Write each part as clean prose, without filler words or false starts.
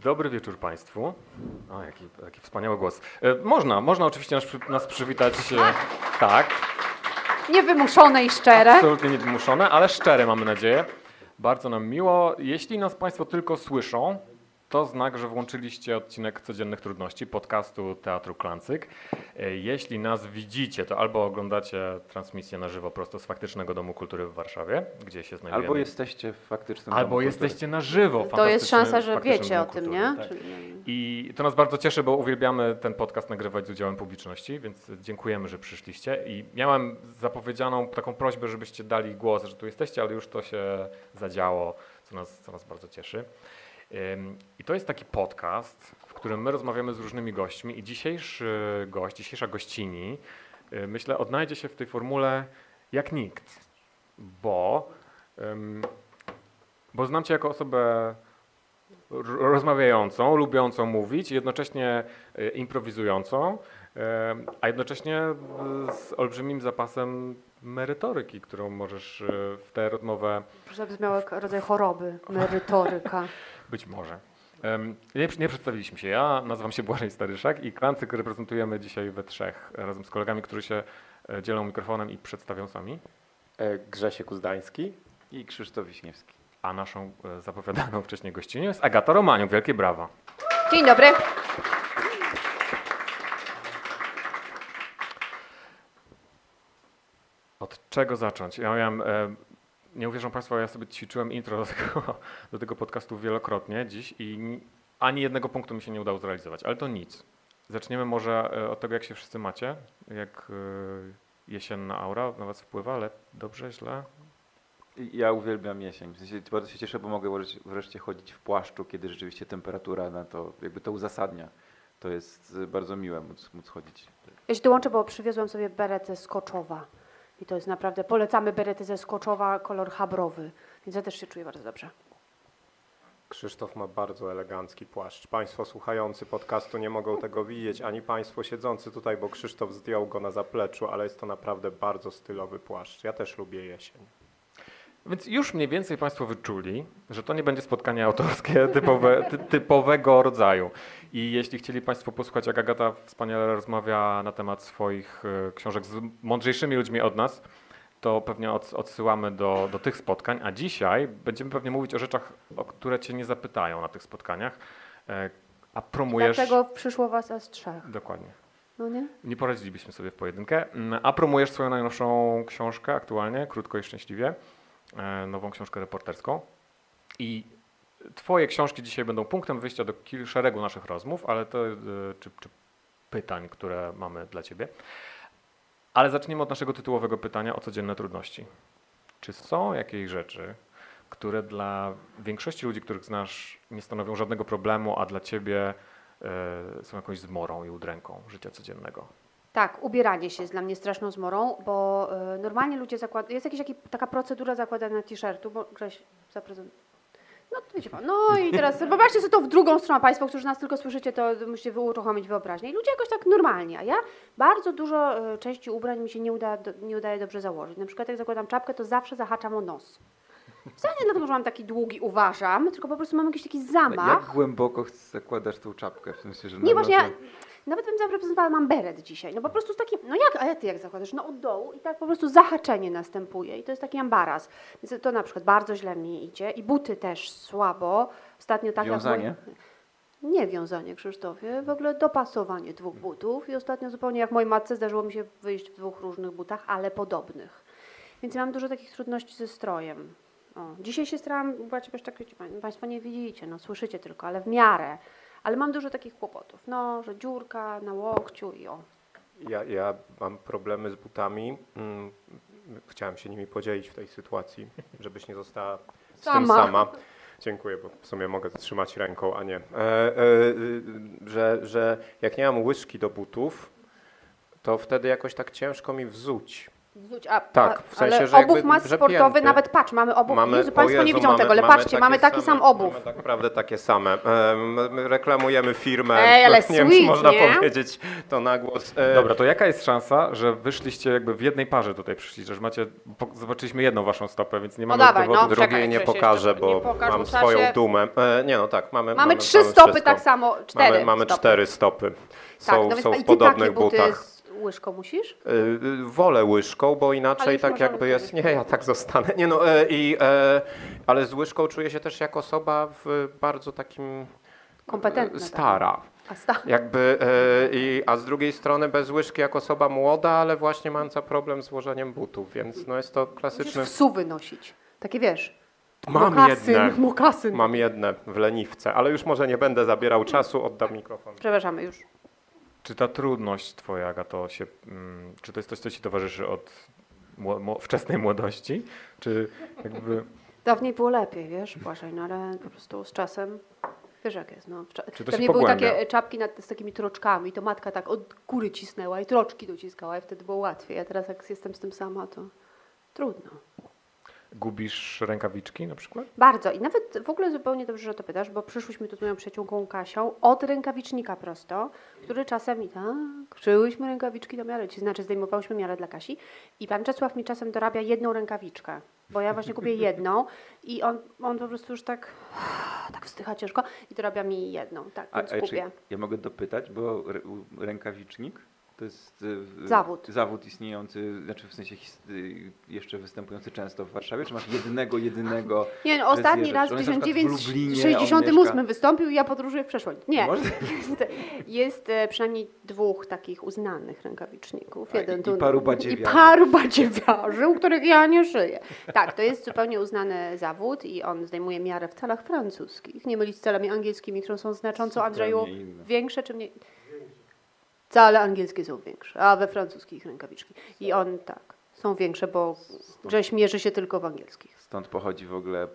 Dobry wieczór Państwu. O, jaki wspaniały głos. Można oczywiście nas przywitać. Tak. Niewymuszone i szczere. Absolutnie niewymuszone, ale szczere, mamy nadzieję. Bardzo nam miło. Jeśli nas Państwo tylko słyszą, to znak, że włączyliście odcinek Codziennych Trudności, podcastu Teatru Klancyk. Jeśli nas widzicie, to albo oglądacie transmisję na żywo prosto z faktycznego Domu Kultury w Warszawie, gdzie się znajdujemy. Albo jesteście w faktycznym Albo Domu jesteście na żywo. To jest szansa, że faktycznym wiecie Domu o tym, Kultury, nie? tak. I to nas bardzo cieszy, bo uwielbiamy ten podcast nagrywać z udziałem publiczności, więc dziękujemy, że przyszliście. I miałem zapowiedzianą taką prośbę, żebyście dali głos, że tu jesteście, ale już to się zadziało, co nas bardzo cieszy. I to jest taki podcast, w którym my rozmawiamy z różnymi gośćmi i dzisiejsza gościni, myślę, odnajdzie się w tej formule jak nikt, bo znam Cię jako osobę rozmawiającą, lubiącą mówić, jednocześnie improwizującą, a jednocześnie z olbrzymim zapasem merytoryki, którą możesz w tę rozmowę... Zabrzmiało jak rodzaj choroby, merytoryka. Być może. Nie przedstawiliśmy się. Ja nazywam się Błażej Staryszak i Klancyk reprezentujemy dzisiaj we trzech razem z kolegami, którzy się dzielą mikrofonem i przedstawią sami. Grzesiek Uzdański i Krzysztof Wiśniewski. A naszą zapowiadaną wcześniej gościnią jest Agata Romaniuk. Wielkie brawa. Dzień dobry. Od czego zacząć? Ja miałem... Nie uwierzą Państwo, ja sobie ćwiczyłem intro do tego podcastu wielokrotnie dziś i ani jednego punktu mi się nie udało zrealizować, ale to nic. Zaczniemy może od tego, jak się wszyscy macie, jak jesienna aura na Was wpływa, ale dobrze, źle? Ja uwielbiam jesień. W sensie bardzo się cieszę, bo mogę wreszcie chodzić w płaszczu, kiedy rzeczywiście temperatura na to jakby to uzasadnia. To jest bardzo miłe móc chodzić. Ja się dołączę, bo przywiozłam sobie beretę z Koczowa. I to jest naprawdę, polecamy berety ze Skoczowa, kolor chabrowy, więc ja też się czuję bardzo dobrze. Krzysztof ma bardzo elegancki płaszcz. Państwo słuchający podcastu nie mogą tego widzieć, ani Państwo siedzący tutaj, bo Krzysztof zdjął go na zapleczu, ale jest to naprawdę bardzo stylowy płaszcz. Ja też lubię jesień. Więc już mniej więcej Państwo wyczuli, że to nie będzie spotkanie autorskie typowego rodzaju. I jeśli chcieli Państwo posłuchać, jak Agata wspaniale rozmawia na temat swoich książek z mądrzejszymi ludźmi od nas, to pewnie odsyłamy do tych spotkań. A dzisiaj będziemy pewnie mówić o rzeczach, o które Cię nie zapytają na tych spotkaniach. A promujesz... Dlatego przyszło Was aż trzech. Dokładnie. No nie? Nie poradzilibyśmy sobie w pojedynkę. A promujesz swoją najnowszą książkę aktualnie, Krótko i Szczęśliwie. Nową książkę reporterską. I Twoje książki dzisiaj będą punktem wyjścia do szeregu naszych rozmów, ale to czy pytań, które mamy dla Ciebie. Ale zacznijmy od naszego tytułowego pytania o codzienne trudności. Czy są jakieś rzeczy, które dla większości ludzi, których znasz, nie stanowią żadnego problemu, a dla Ciebie są jakąś zmorą i udręką życia codziennego? Tak, ubieranie się jest dla mnie straszną zmorą, bo normalnie ludzie zakładają, jest taka procedura zakładania t-shirtu, bo Grześ zaprezentuje. No to wiecie pan, no i teraz wyobraźcie sobie to w drugą stronę, Państwo, którzy nas tylko słyszycie, to musicie uruchomić wyobraźnię. I ludzie jakoś tak normalnie, a ja bardzo dużo części ubrań mi się nie udaje dobrze założyć. Na przykład jak zakładam czapkę, to zawsze zahaczam o nos. Wcale nie dlatego, że mam taki długi, uważam, tylko po prostu mam jakiś taki zamach. Jak głęboko zakładasz tą czapkę? W sensie, że nie, właśnie ja nawet bym zaprezentowała, mam beret dzisiaj. No po prostu z takim, no jak, a ty jak zakładasz? No od dołu i tak po prostu zahaczenie następuje i to jest taki ambaras. Więc to na przykład bardzo źle mi idzie i buty też słabo. Ostatnio tak wiązanie? Nie wiązanie, Krzysztofie, w ogóle dopasowanie dwóch butów i ostatnio zupełnie jak mojej matce zdarzyło mi się wyjść w dwóch różnych butach, ale podobnych. Więc ja mam dużo takich trudności ze strojem. O, dzisiaj się starałam ubrać jakoś tak, Państwo nie widzicie, no słyszycie tylko, ale w miarę. Ale mam dużo takich kłopotów, no, że dziurka na łokciu i o. Ja mam problemy z butami. Chciałem się nimi podzielić w tej sytuacji, żebyś nie została z tym sama. Dziękuję, bo w sumie mogę trzymać ręką, a nie. Że jak nie mam łyżki do butów, to wtedy jakoś tak ciężko mi wzuć. Tak, w sensie, ale że obuw jakby, ma że sportowy, pięty. nawet patrz, mamy obuw, Jezu, o Państwo nie Jezu, widzą tego, ale patrzcie, mamy taki sam obów. Mamy tak naprawdę takie same. Reklamujemy firmę, Ej, ale nie wiem, czy sweet, można nie? powiedzieć to na głos. Dobra, to jaka jest szansa, że wyszliście jakby w jednej parze tutaj przyszli, że macie, zobaczyliśmy jedną waszą stopę, więc nie mamy dawaj, dowodu, no. że Czekaj, Drugiej nie Krzysiek, pokażę, jeszcze bo nie pokaż, mam bo trzeba swoją się- dumę. Nie no tak, Mamy 3 stopy wszystko. tak samo, 4 Mamy stopy. 4 stopy. Tak, Są, no więc są i w ty podobnych takie buty butach. z łyżką musisz? Wolę łyżką, bo Ale inaczej już tak możemy jakby jest. powiedzieć. Nie, ja tak zostanę. Nie no, ale z łyżką czuję się też jako osoba w bardzo takim Kompetentna. stara. Taka. Jakby, a z drugiej strony bez łyżki jako osoba młoda, ale właśnie mająca problem z łożeniem butów, więc no jest to klasyczny. Musisz wsuwy nosić. Takie wiesz. Mam mokasyn, jedne. Mokasyn. Mam jedne w leniwce, ale już może nie będę zabierał czasu, oddam mikrofon. Przepraszamy już. czy ta trudność twoja, Agato, czy to jest coś, co ci towarzyszy od wczesnej młodości, czy jakby... Dawniej było lepiej, wiesz, Błażej, no ale po prostu z czasem, wiesz jak jest, no. Czy to się Dawniej były pogłębia? takie czapki z takimi troczkami, to matka tak od góry cisnęła i troczki dociskała i wtedy było łatwiej, a teraz jak jestem z tym sama, to trudno. Gubisz rękawiczki na przykład? Bardzo i nawet w ogóle zupełnie dobrze, że to pytasz, bo przyszłyśmy tu z moją przyjaciółką Kasią od rękawicznika prosto, który czasem i tak, szyłyśmy rękawiczki do miary, znaczy zdejmowałyśmy miarę dla Kasi i pan Czesław mi czasem dorabia jedną rękawiczkę, bo ja właśnie kupię jedną i on po prostu już tak wzdycha ciężko i dorabia mi jedną, tak, więc czy kupię. ja mogę dopytać, bo rękawicznik to jest zawód istniejący, znaczy w sensie jeszcze występujący często w Warszawie, czy masz jedynego Nie, no, ostatni że raz w on jest na przykład w Lublinie, on 1968 mieszka- wystąpił i ja podróżuję w przeszłość. Nie, Może- jest przynajmniej 2 takich uznanych rękawiczników. i paru badziewiarzy. I paru badziewiarzy, u których ja nie żyję. Tak, to jest zupełnie uznany zawód i on zdejmuje miarę w calach francuskich. Nie mylić z calami angielskimi, które są znacząco, Zupełnie Andrzeju, inne. większe czy mniej? Cale angielskie są większe, a we francuskich rękawiczki. I on tak, są większe, bo Grześ mierzy się tylko w angielskich. Stąd pochodzi w ogóle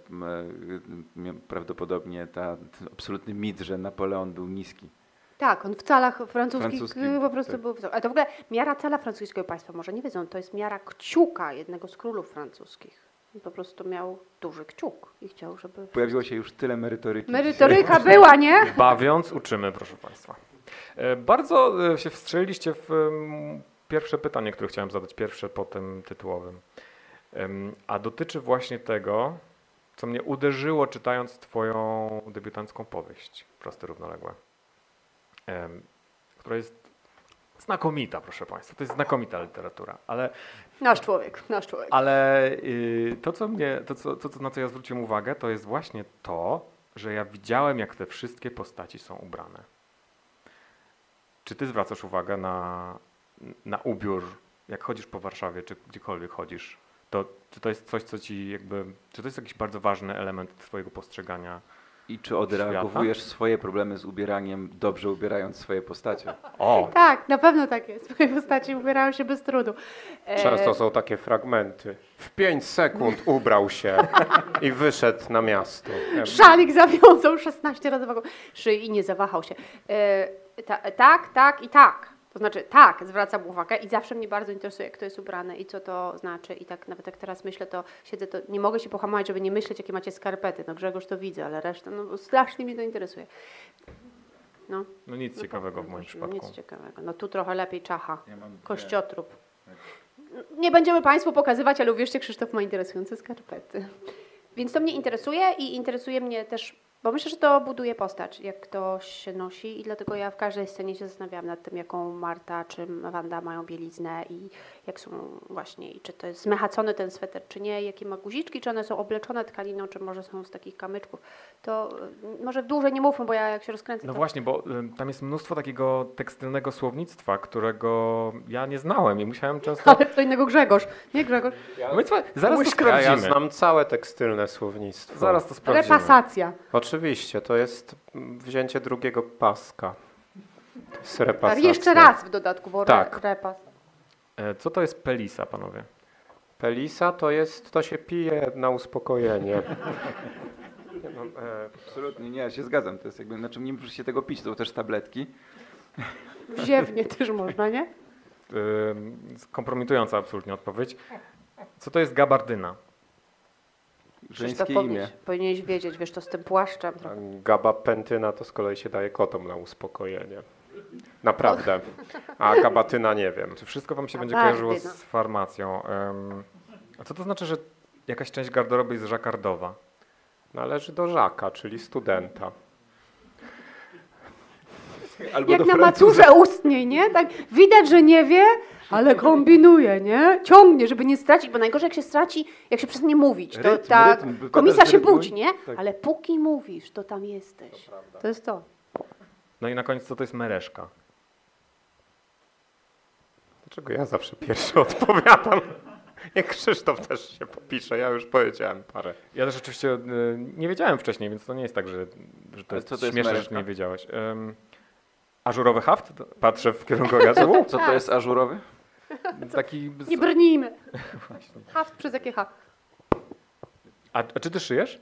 prawdopodobnie ten absolutny mit, że Napoleon był niski. Tak, on w calach francuskich Francuskim, po prostu tak. był wysoki. A to w ogóle miara cala francuskiego, Państwo może nie wiedzą, to jest miara kciuka jednego z królów francuskich. I po prostu miał duży kciuk i chciał, żeby... Pojawiło się już tyle merytoryki. Merytoryka była, nie? Bawiąc uczymy, proszę Państwa. Bardzo się wstrzeliliście w pierwsze pytanie, które chciałem zadać, pierwsze po tym tytułowym. A dotyczy właśnie tego, co mnie uderzyło czytając Twoją debiutancką powieść, Proste równoległe, która jest znakomita, proszę Państwa. To jest znakomita literatura, Nasz człowiek. ale na co ja zwróciłem uwagę, to jest właśnie to, że ja widziałem, jak te wszystkie postaci są ubrane. Czy ty zwracasz uwagę na ubiór, jak chodzisz po Warszawie, czy gdziekolwiek chodzisz? Czy to jest coś, co ci jakby, czy to jest jakiś bardzo ważny element twojego postrzegania? I czy odreagowujesz swoje problemy z ubieraniem, dobrze ubierając swoje postacie? O! Tak, na pewno tak jest. Moje postaci ubierają się bez trudu. Często są takie fragmenty. W 5 sekund ubrał się i wyszedł na miasto. Szalik zawiązał 16 razy wokół szyi i nie zawahał się. Tak i tak. To znaczy tak, zwracam uwagę i zawsze mnie bardzo interesuje, kto jest ubrany i co to znaczy. I tak nawet jak teraz myślę, to siedzę, to nie mogę się pohamować, żeby nie myśleć, jakie macie skarpety. No Grzegorz to widzę, ale reszta, no strasznie mnie to interesuje. No, No nic ciekawego w moim No, przypadku. nic ciekawego. No tu trochę lepiej czacha. Ja mam Kościotrup. Nie będziemy Państwu pokazywać, ale uwierzcie, Krzysztof ma interesujące skarpety. Więc to mnie interesuje i interesuje mnie też, bo myślę, że to buduje postać, jak ktoś się nosi i dlatego ja w każdej scenie się zastanawiałam nad tym, jaką Marta czy Wanda mają bieliznę i jak są właśnie, i czy to jest zmechacony ten sweter, czy nie, jakie ma guziczki, czy one są obleczone tkaniną, czy może są z takich kamyczków. To może dłużej nie mówmy, bo ja jak się rozkręcę, No to... właśnie, bo tam jest mnóstwo takiego tekstylnego słownictwa, którego ja nie znałem i musiałem często... Ale to innego Grzegorz, nie Grzegorz? No więc zaraz to Ja sprawdzimy. znam całe tekstylne słownictwo. Zaraz to sprawdzimy. Repasacja. Oczywiście, to jest wzięcie drugiego paska. To jest repasacja. Jeszcze raz w dodatku, bo Tak. repas. Co to jest pelisa, panowie? Pelisa to się pije na uspokojenie. Absolutnie nie, ja się zgadzam. To jest jakby, znaczy nie musicie tego pić, to też tabletki. Ziewnie też można, nie? kompromitująca absolutnie odpowiedź. Co to jest gabardyna? Żeńskie Krzysztof, imię. powinieneś wiedzieć, wiesz, to z tym płaszczem. A gabapentyna to z kolei się daje kotom na uspokojenie. Naprawdę. A gabatyna nie wiem. Czy wszystko wam się będzie Gabardyna. kojarzyło z farmacją? A co to znaczy, że jakaś część garderoby jest żakardowa? Należy do żaka, czyli studenta. Albo Jak do na Francuza. maturze ustniej, nie? Tak widać, że nie wie, ale kombinuje, nie? Ciągnie, żeby nie stracić, bo najgorzej jak się straci, jak się przestanie mówić, to Rytm, ta rytm, wypadasz komisja z się rytmu. budzi, nie? Tak. Ale póki mówisz, to tam jesteś. To jest to. No i na koniec, co to jest mereszka? Dlaczego ja zawsze pierwszy odpowiadam? Jak Krzysztof też się popisze, ja już powiedziałem parę. Ja też oczywiście nie wiedziałem wcześniej, więc to nie jest tak, że to Ale jest co to jest śmieszne, że mereszka? nie wiedziałeś. Ażurowy haft? Patrzę w kierunku Agaty. Co to jest ażurowy? Taki... Nie brnijmy. Haft przez jakie H? A czy ty szyjesz?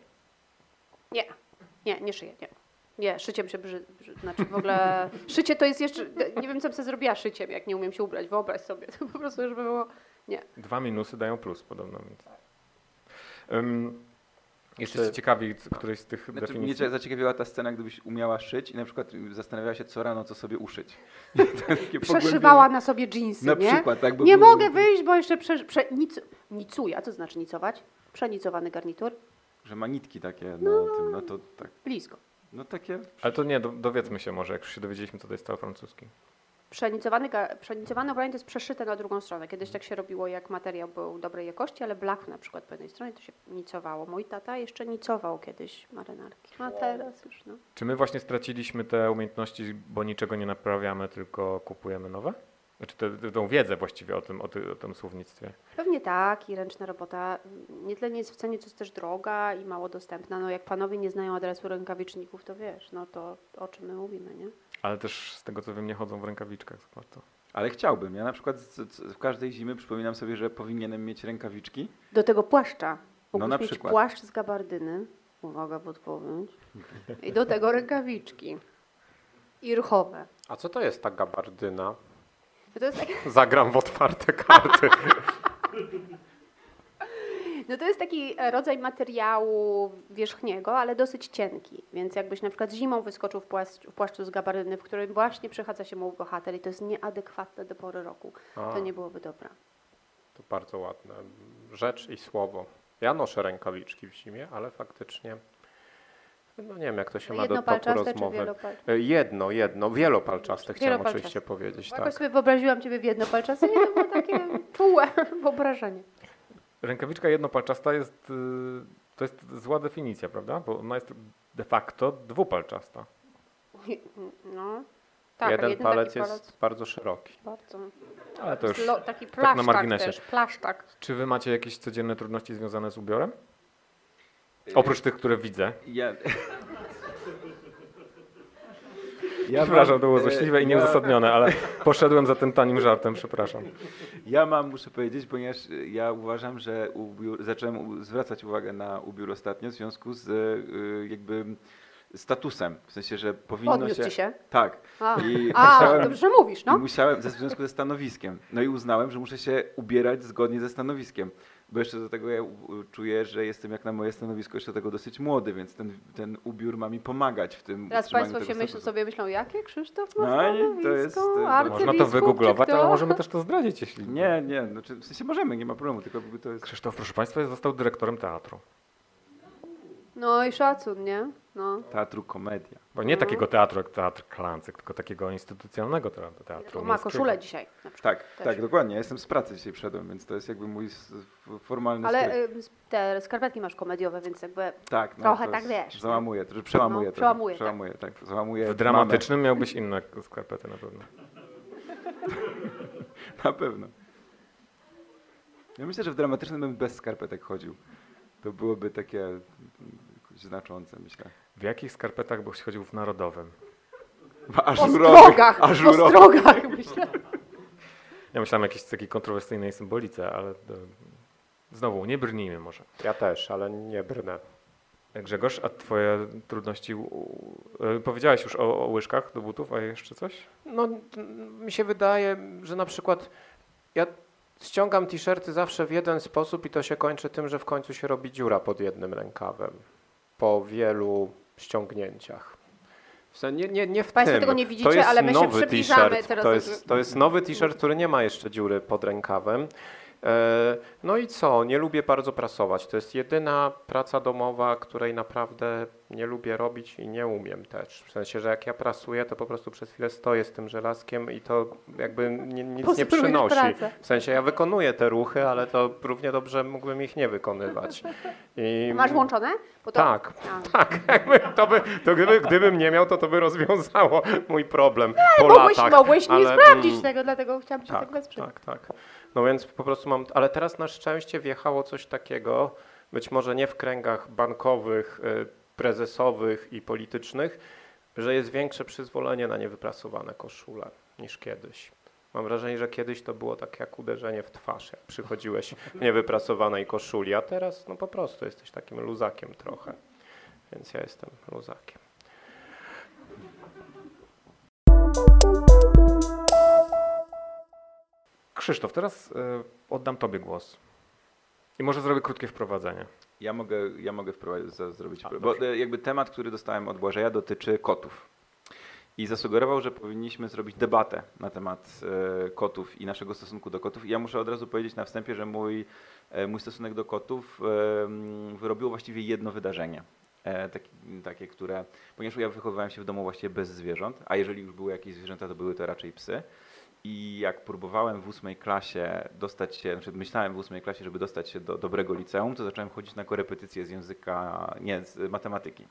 Nie szyję, nie. Nie, szyciem się znaczy w ogóle, szycie to jest jeszcze, nie wiem co bym sobie zrobiła szyciem, jak nie umiem się ubrać, wyobraź sobie, to po prostu już by było, nie. 2 minusy dają plus podobno, więc... Jeszcze Czy- się ciekawi którejś z tych Znaczy, mnie definicji. zaciekawiła ta scena, gdybyś umiała szyć i na przykład zastanawiała się co rano, co sobie uszyć. Takie Przeszywała na sobie dżinsy, Na nie? przykład, tak, bo Nie były- mogę wyjść, bo jeszcze nicuję, a co znaczy nicować? Przenicowany garnitur? Że ma nitki takie na tym, no to tak. Blisko. No takie. Ale to nie, dowiedzmy się może, jak już się dowiedzieliśmy, co to jest cały francuski. Przenicowane ubranie to jest przeszyte na drugą stronę. Kiedyś tak się robiło, jak materiał był dobrej jakości, ale blach na przykład po jednej stronie to się nicowało. Mój tata jeszcze nicował kiedyś marynarki. A teraz już no. Czy my właśnie straciliśmy te umiejętności, bo niczego nie naprawiamy, tylko kupujemy nowe? Znaczy tą wiedzę właściwie o tym słownictwie. Pewnie tak i ręczna robota nie tyle nie jest w cenie, co jest też droga i mało dostępna. No jak panowie nie znają adresu rękawiczników, to wiesz, no to o czym my mówimy, nie? Ale też z tego co wiem, nie chodzą w rękawiczkach za bardzo. Ale chciałbym. Ja na przykład w każdej zimy przypominam sobie, że powinienem mieć rękawiczki. Do tego płaszcza. Mógłbyś na mieć przykład. płaszcz z gabardyny. Uwaga, podpowiedź. I do tego rękawiczki. I ruchowe. A co to jest ta gabardyna? To jest takie Zagram w otwarte karty. No to jest taki rodzaj materiału wierzchniego, ale dosyć cienki. Więc jakbyś na przykład zimą wyskoczył w płaszczu z gabaryny, w którym właśnie przechadza się mój bohater i to jest nieadekwatne do pory roku, A, to nie byłoby dobra. to bardzo ładne. Rzecz i słowo. Ja noszę rękawiczki w zimie, ale faktycznie no nie wiem, jak to się ma do toku Jednopalczaste czy rozmowy. wielopalczaste? Jedno, wielopalczaste chciałem Wielopalczaste. oczywiście powiedzieć. Jakoś Tak. sobie wyobraziłam Ciebie w jednopalczaste, nie, to było takie czułe wyobrażenie. Rękawiczka jednopalczasta to jest zła definicja, prawda? Bo ona jest de facto dwupalczasta. No, tak, Jeden taki palec palec jest bardzo szeroki. bardzo. Ale to już Taki na plaszczak marginesie. też, plaszczak. Czy wy macie jakieś codzienne trudności związane z ubiorem? Oprócz tych, które widzę. Ja... Przepraszam, to było mam, złośliwe i nieuzasadnione, ale poszedłem za tym tanim żartem, przepraszam. Ja mam, muszę powiedzieć, ponieważ ja uważam, że zacząłem zwracać uwagę na ubiór ostatnio w związku z jakby statusem. W sensie, że powinno Podniósł Ci się? Tak. A, I a musiałem- dobrze mówisz, no. I musiałem, w związku ze stanowiskiem. No i uznałem, że muszę się ubierać zgodnie ze stanowiskiem. Bo jeszcze do tego ja czuję, że jestem jak na moje stanowisko jeszcze do tego dosyć młody, więc ten ubiór ma mi pomagać w tym Teraz utrzymaniu Państwo tego się statusu. sobie myślą, jakie Krzysztof ma No i to stanowisko? jest- Można to Arcybiskup wygooglować, czy ale kto? możemy też to zdradzić, jeśli... Nie, znaczy, w sensie możemy, nie ma problemu, tylko to jest... Krzysztof, proszę Państwa, został dyrektorem teatru. No i szacun, nie? No. Teatru komedia. Bo nie takiego teatru jak Teatr Klancyk, tylko takiego instytucjonalnego teatru. Ma miejskiego. koszulę dzisiaj na przykład. Tak, Też. tak, dokładnie. Ja jestem z pracy dzisiaj wszedłem, więc to jest jakby mój formalny Ale strój. te skarpetki masz komediowe, więc jakby Tak, no, trochę to tak jest- wiesz, Załamuję, to przełamuję No, trochę, przełamuję, tak. przełamuję, tak. Załamuję W dramatycznym miałbyś inne skarpety na pewno. mamę. Na pewno. Ja myślę, że w dramatycznym bym bez skarpetek chodził. To byłoby takie znaczące, myślę. W jakich skarpetach byś chodził w narodowym? ostrogach, ostrogach, myślę. Ja myślałem o jakiejś takiej kontrowersyjnej symbolice, ale znowu nie brnijmy może. Ja też, ale nie brnę. Grzegorz, a twoje trudności, powiedziałeś już o łyżkach do butów, a jeszcze coś? No, mi się wydaje, że na przykład ja ściągam t-shirty zawsze w jeden sposób i to się kończy tym, że w końcu się robi dziura pod jednym rękawem po wielu ściągnięciach. Nie w Państwo tym. tego nie To widzicie, jest ale my się nowy przybliżamy t-shirt. teraz. To jest nowy t-shirt, który nie ma jeszcze dziury pod rękawem. No i co? Nie lubię bardzo prasować. To jest jedyna praca domowa, której naprawdę nie lubię robić i nie umiem też. W sensie, że jak ja prasuję, to po prostu przez chwilę stoję z tym żelazkiem i to jakby nic nie Posprujesz przynosi. pracę. W sensie ja wykonuję te ruchy, ale to równie dobrze mógłbym ich nie wykonywać. I Masz włączone? Bo to... tak, A. tak. Gdybym nie miał, to by rozwiązało mój problem po Mogłeś latach. nie ale, sprawdzić tego, dlatego chciałam cię tak wesprzeć. tak. No więc po prostu mam, ale teraz na szczęście wjechało coś takiego, być może nie w kręgach bankowych, prezesowych i politycznych, że jest większe przyzwolenie na niewyprasowane koszule niż kiedyś. Mam wrażenie, że kiedyś to było tak jak uderzenie w twarz, jak przychodziłeś w niewyprasowanej koszuli, a teraz no po prostu jesteś takim luzakiem trochę, więc ja jestem luzakiem. Krzysztof, teraz oddam tobie głos. I może zrobię krótkie wprowadzenie. Ja mogę zrobić, bo dobrze. jakby temat, który dostałem od Błażeja, dotyczy kotów. I zasugerował, że powinniśmy zrobić debatę na temat kotów i naszego stosunku do kotów. I ja muszę od razu powiedzieć na wstępie, że mój stosunek do kotów wyrobiło właściwie jedno wydarzenie. Takie, które, ponieważ ja wychowywałem się w domu właściwie bez zwierząt, a jeżeli już były jakieś zwierzęta, to były to raczej psy. I jak próbowałem w 8 klasie dostać się, znaczy myślałem w 8 klasie, żeby dostać się do dobrego liceum, to zacząłem chodzić na korepetycje z matematyki.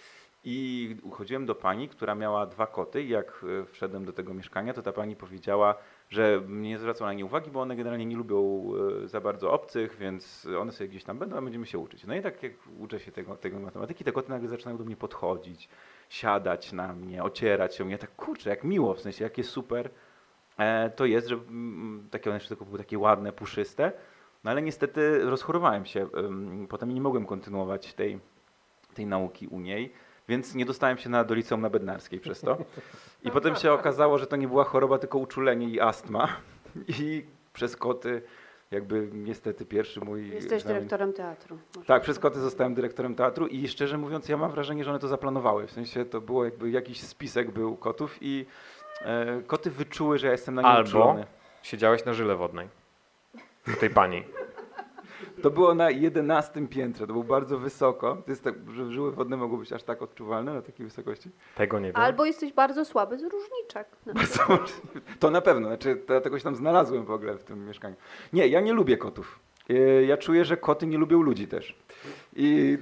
I uchodziłem do pani, która miała 2 koty i jak wszedłem do tego mieszkania, to ta pani powiedziała, że nie zwracał na nie uwagi, bo one generalnie nie lubią za bardzo obcych, więc one sobie gdzieś tam będą, a będziemy się uczyć. No i tak jak uczę się tego matematyki, te koty nagle zaczynają do mnie podchodzić, siadać na mnie, ocierać się o mnie. Tak kurczę, jak miło, w sensie jakie super to jest, że takie one jeszcze tylko były takie ładne, puszyste, no ale niestety rozchorowałem się. Potem nie mogłem kontynuować tej nauki u niej, więc nie dostałem się do liceum na Bednarskiej przez to. I potem się okazało, że to nie była choroba, tylko uczulenie i astma. I przez koty jakby niestety pierwszy mój Jesteś egzamin. dyrektorem teatru. Tak, przez koty zostałem dyrektorem teatru i szczerze mówiąc ja mam wrażenie, że one to zaplanowały. W sensie to było jakby jakiś spisek był kotów i koty wyczuły, że ja jestem na nie Albo uczulony. siedziałeś na żyle wodnej. U tej pani. To było na 11 piętrze, to było bardzo wysoko. To jest tak, że żyły wodne mogły być aż tak odczuwalne na takiej wysokości. Tego nie wiem. Albo jesteś bardzo słaby z różniczek. No. Bardzo możliwe. To na pewno, znaczy dlatego się tam znalazłem w ogóle w tym mieszkaniu. Nie, ja nie lubię kotów. Ja czuję, że koty nie lubią ludzi też. I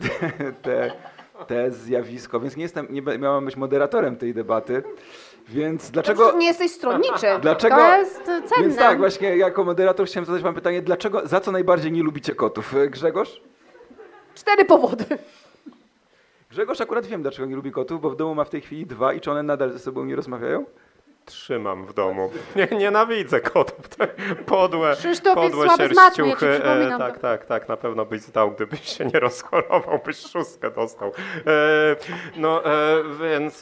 te zjawisko, więc nie miałem być moderatorem tej debaty. Więc dlaczego... Nie jesteś stronniczy. Dlaczego? To jest cenne. Więc tak, właśnie jako moderator chciałem zadać wam pytanie, za co najbardziej nie lubicie kotów? Grzegorz? 4 powody. Grzegorz akurat wiem, dlaczego nie lubi kotów, bo w domu ma w tej chwili 2 i czy one nadal ze sobą nie rozmawiają? Trzymam w domu. Nienawidzę kotów. Te Krzysztof jest podłe słaby z matmy, ja ci sierściuchy. przypominam. Tak, na pewno byś zdał, gdybyś się nie rozchorował, byś szóstkę dostał. Więc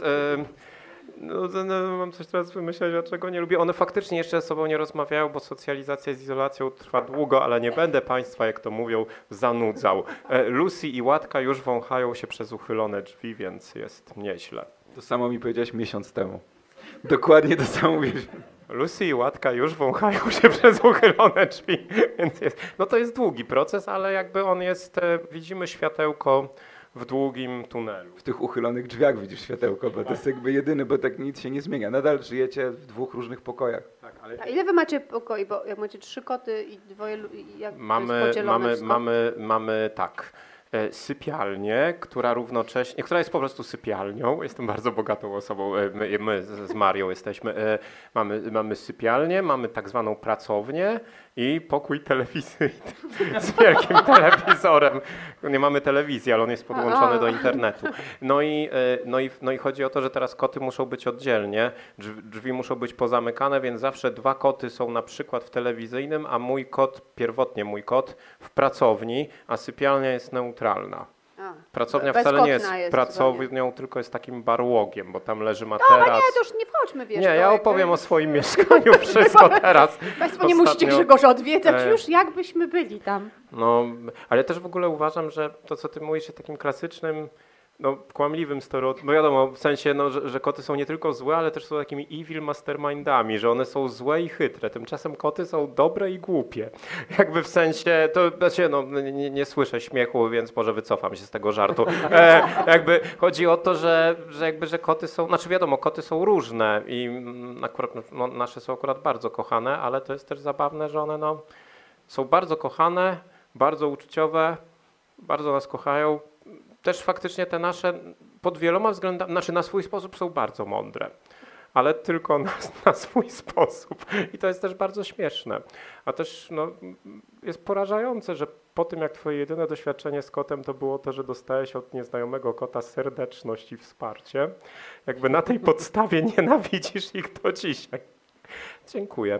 mam coś teraz wymyśleć, dlaczego nie lubię. One faktycznie jeszcze ze sobą nie rozmawiają, bo socjalizacja z izolacją trwa długo, ale nie będę państwa, jak to mówią, zanudzał. Lucy i Łatka już wąchają się przez uchylone drzwi, więc jest nieźle. To samo mi powiedziałeś miesiąc temu. Dokładnie to samo mówisz. Lucy i Łatka już wąchają się przez uchylone drzwi, więc jest, no to jest długi proces, ale jakby on jest, widzimy światełko w długim tunelu. W tych uchylonych drzwiach widzisz światełko, bo to jest jakby jedyny, bo tak nic się nie zmienia. Nadal żyjecie w 2 różnych pokojach. Tak, ale A ile wy macie pokoi? Bo jak macie 3 koty i 2, jak to jest podzielone wszystko? mamy tak. Sypialnię, która równocześnie, która jest po prostu sypialnią. Jestem bardzo bogatą osobą. My z Marią jesteśmy. Mamy sypialnię, mamy tak zwaną pracownię i pokój telewizyjny z wielkim telewizorem. Nie mamy telewizji, ale on jest podłączony do internetu. No i chodzi o to, że teraz koty muszą być oddzielnie, drzwi muszą być pozamykane, więc zawsze 2 koty są na przykład w telewizyjnym, a pierwotnie mój kot w pracowni, a sypialnia jest neutralna. Pracownia bezkotna wcale nie jest zupełnie. pracownią, tylko jest takim barłogiem, bo tam leży Dobra, materac. nie, to już nie wchodźmy, wiesz. Nie, to ja jakby- opowiem o swoim mieszkaniu wszystko teraz. Państwo nie musicie Ostatnio- Grzegorza odwiedzać e, już, jakbyśmy byli tam. No, ale też w ogóle uważam, że to, co ty mówisz, jest takim klasycznym, no, kłamliwym stereotypem. No wiadomo, w sensie, no, że koty są nie tylko złe, ale też są takimi evil mastermindami, że one są złe i chytre. Tymczasem koty są dobre i głupie. Jakby w sensie, to znaczy, no, nie słyszę śmiechu, więc może wycofam się z tego żartu. Jakby chodzi o to, że koty są, znaczy wiadomo, koty są różne i akurat no, nasze są akurat bardzo kochane, ale to jest też zabawne, że one no, są bardzo kochane, bardzo uczuciowe, bardzo nas kochają. Też faktycznie te nasze pod wieloma względami, znaczy na swój sposób są bardzo mądre, ale tylko na swój sposób. I to jest też bardzo śmieszne. A też no, jest porażające, że po tym jak twoje jedyne doświadczenie z kotem to było to, że dostałeś od nieznajomego kota serdeczność i wsparcie, jakby na tej podstawie nienawidzisz ich do dzisiaj. Dziękuję.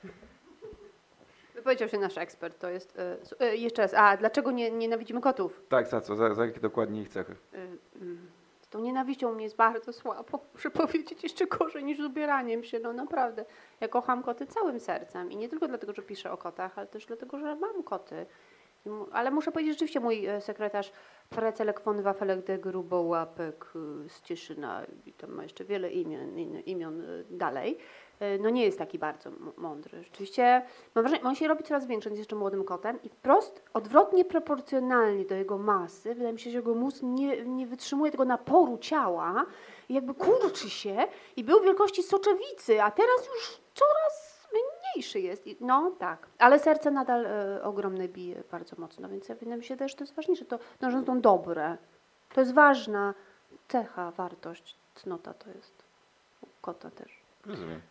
Wypowiedział się nasz ekspert, to jest... jeszcze raz, a dlaczego nienawidzimy kotów? Tak, za co? Za jakie dokładnie ich cechy? Z tą nienawiścią mnie jest bardzo słabo, muszę powiedzieć, jeszcze gorzej niż z ubieraniem się, no naprawdę. Ja kocham koty całym sercem i nie tylko dlatego, że piszę o kotach, ale też dlatego, że mam koty. Ale muszę powiedzieć, rzeczywiście mój sekretarz Frecelek von Wafelek de Grubołapek z Cieszyna i tam ma jeszcze wiele imion dalej, no nie jest taki bardzo mądry. Rzeczywiście mam wrażenie, on się robi coraz większy, on jest jeszcze młodym kotem i wprost odwrotnie proporcjonalnie do jego masy, wydaje mi się, że jego mózg nie wytrzymuje tego naporu ciała i jakby kurczy się i był wielkości soczewicy, a teraz już coraz mniejszy jest. No tak, ale serce nadal ogromne bije bardzo mocno, więc ja wydaje mi się też, że to jest ważniejsze, to dążą dobre. To jest ważna cecha, wartość, cnota to jest u kota też. Rozumiem.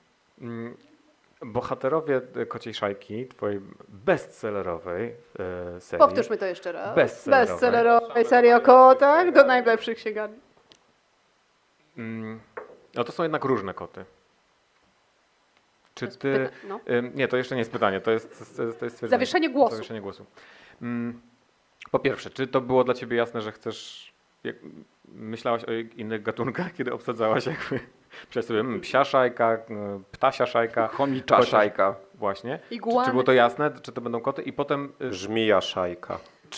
Bohaterowie Kociej Szajki, twojej bestsellerowej serii. Powtórzmy to jeszcze raz. Bestsellerowej. Bestsellerowej serii o kotach do najlepszych księgarni. No to są jednak różne koty. Czy To jest ty... no. Nie, to jeszcze nie jest pytanie, to jest stwierdzenie. Zawieszenie głosu. Zawieszenie głosu. Po pierwsze, czy to było dla ciebie jasne, że chcesz... Myślałaś o innych gatunkach, kiedy obsadzałaś jakby... Przecież sobie psia szajka, ptasia szajka. Chomicza kocia- szajka. Właśnie. Iguany. Czy było to jasne, czy to będą koty? I potem, Żmija szajka.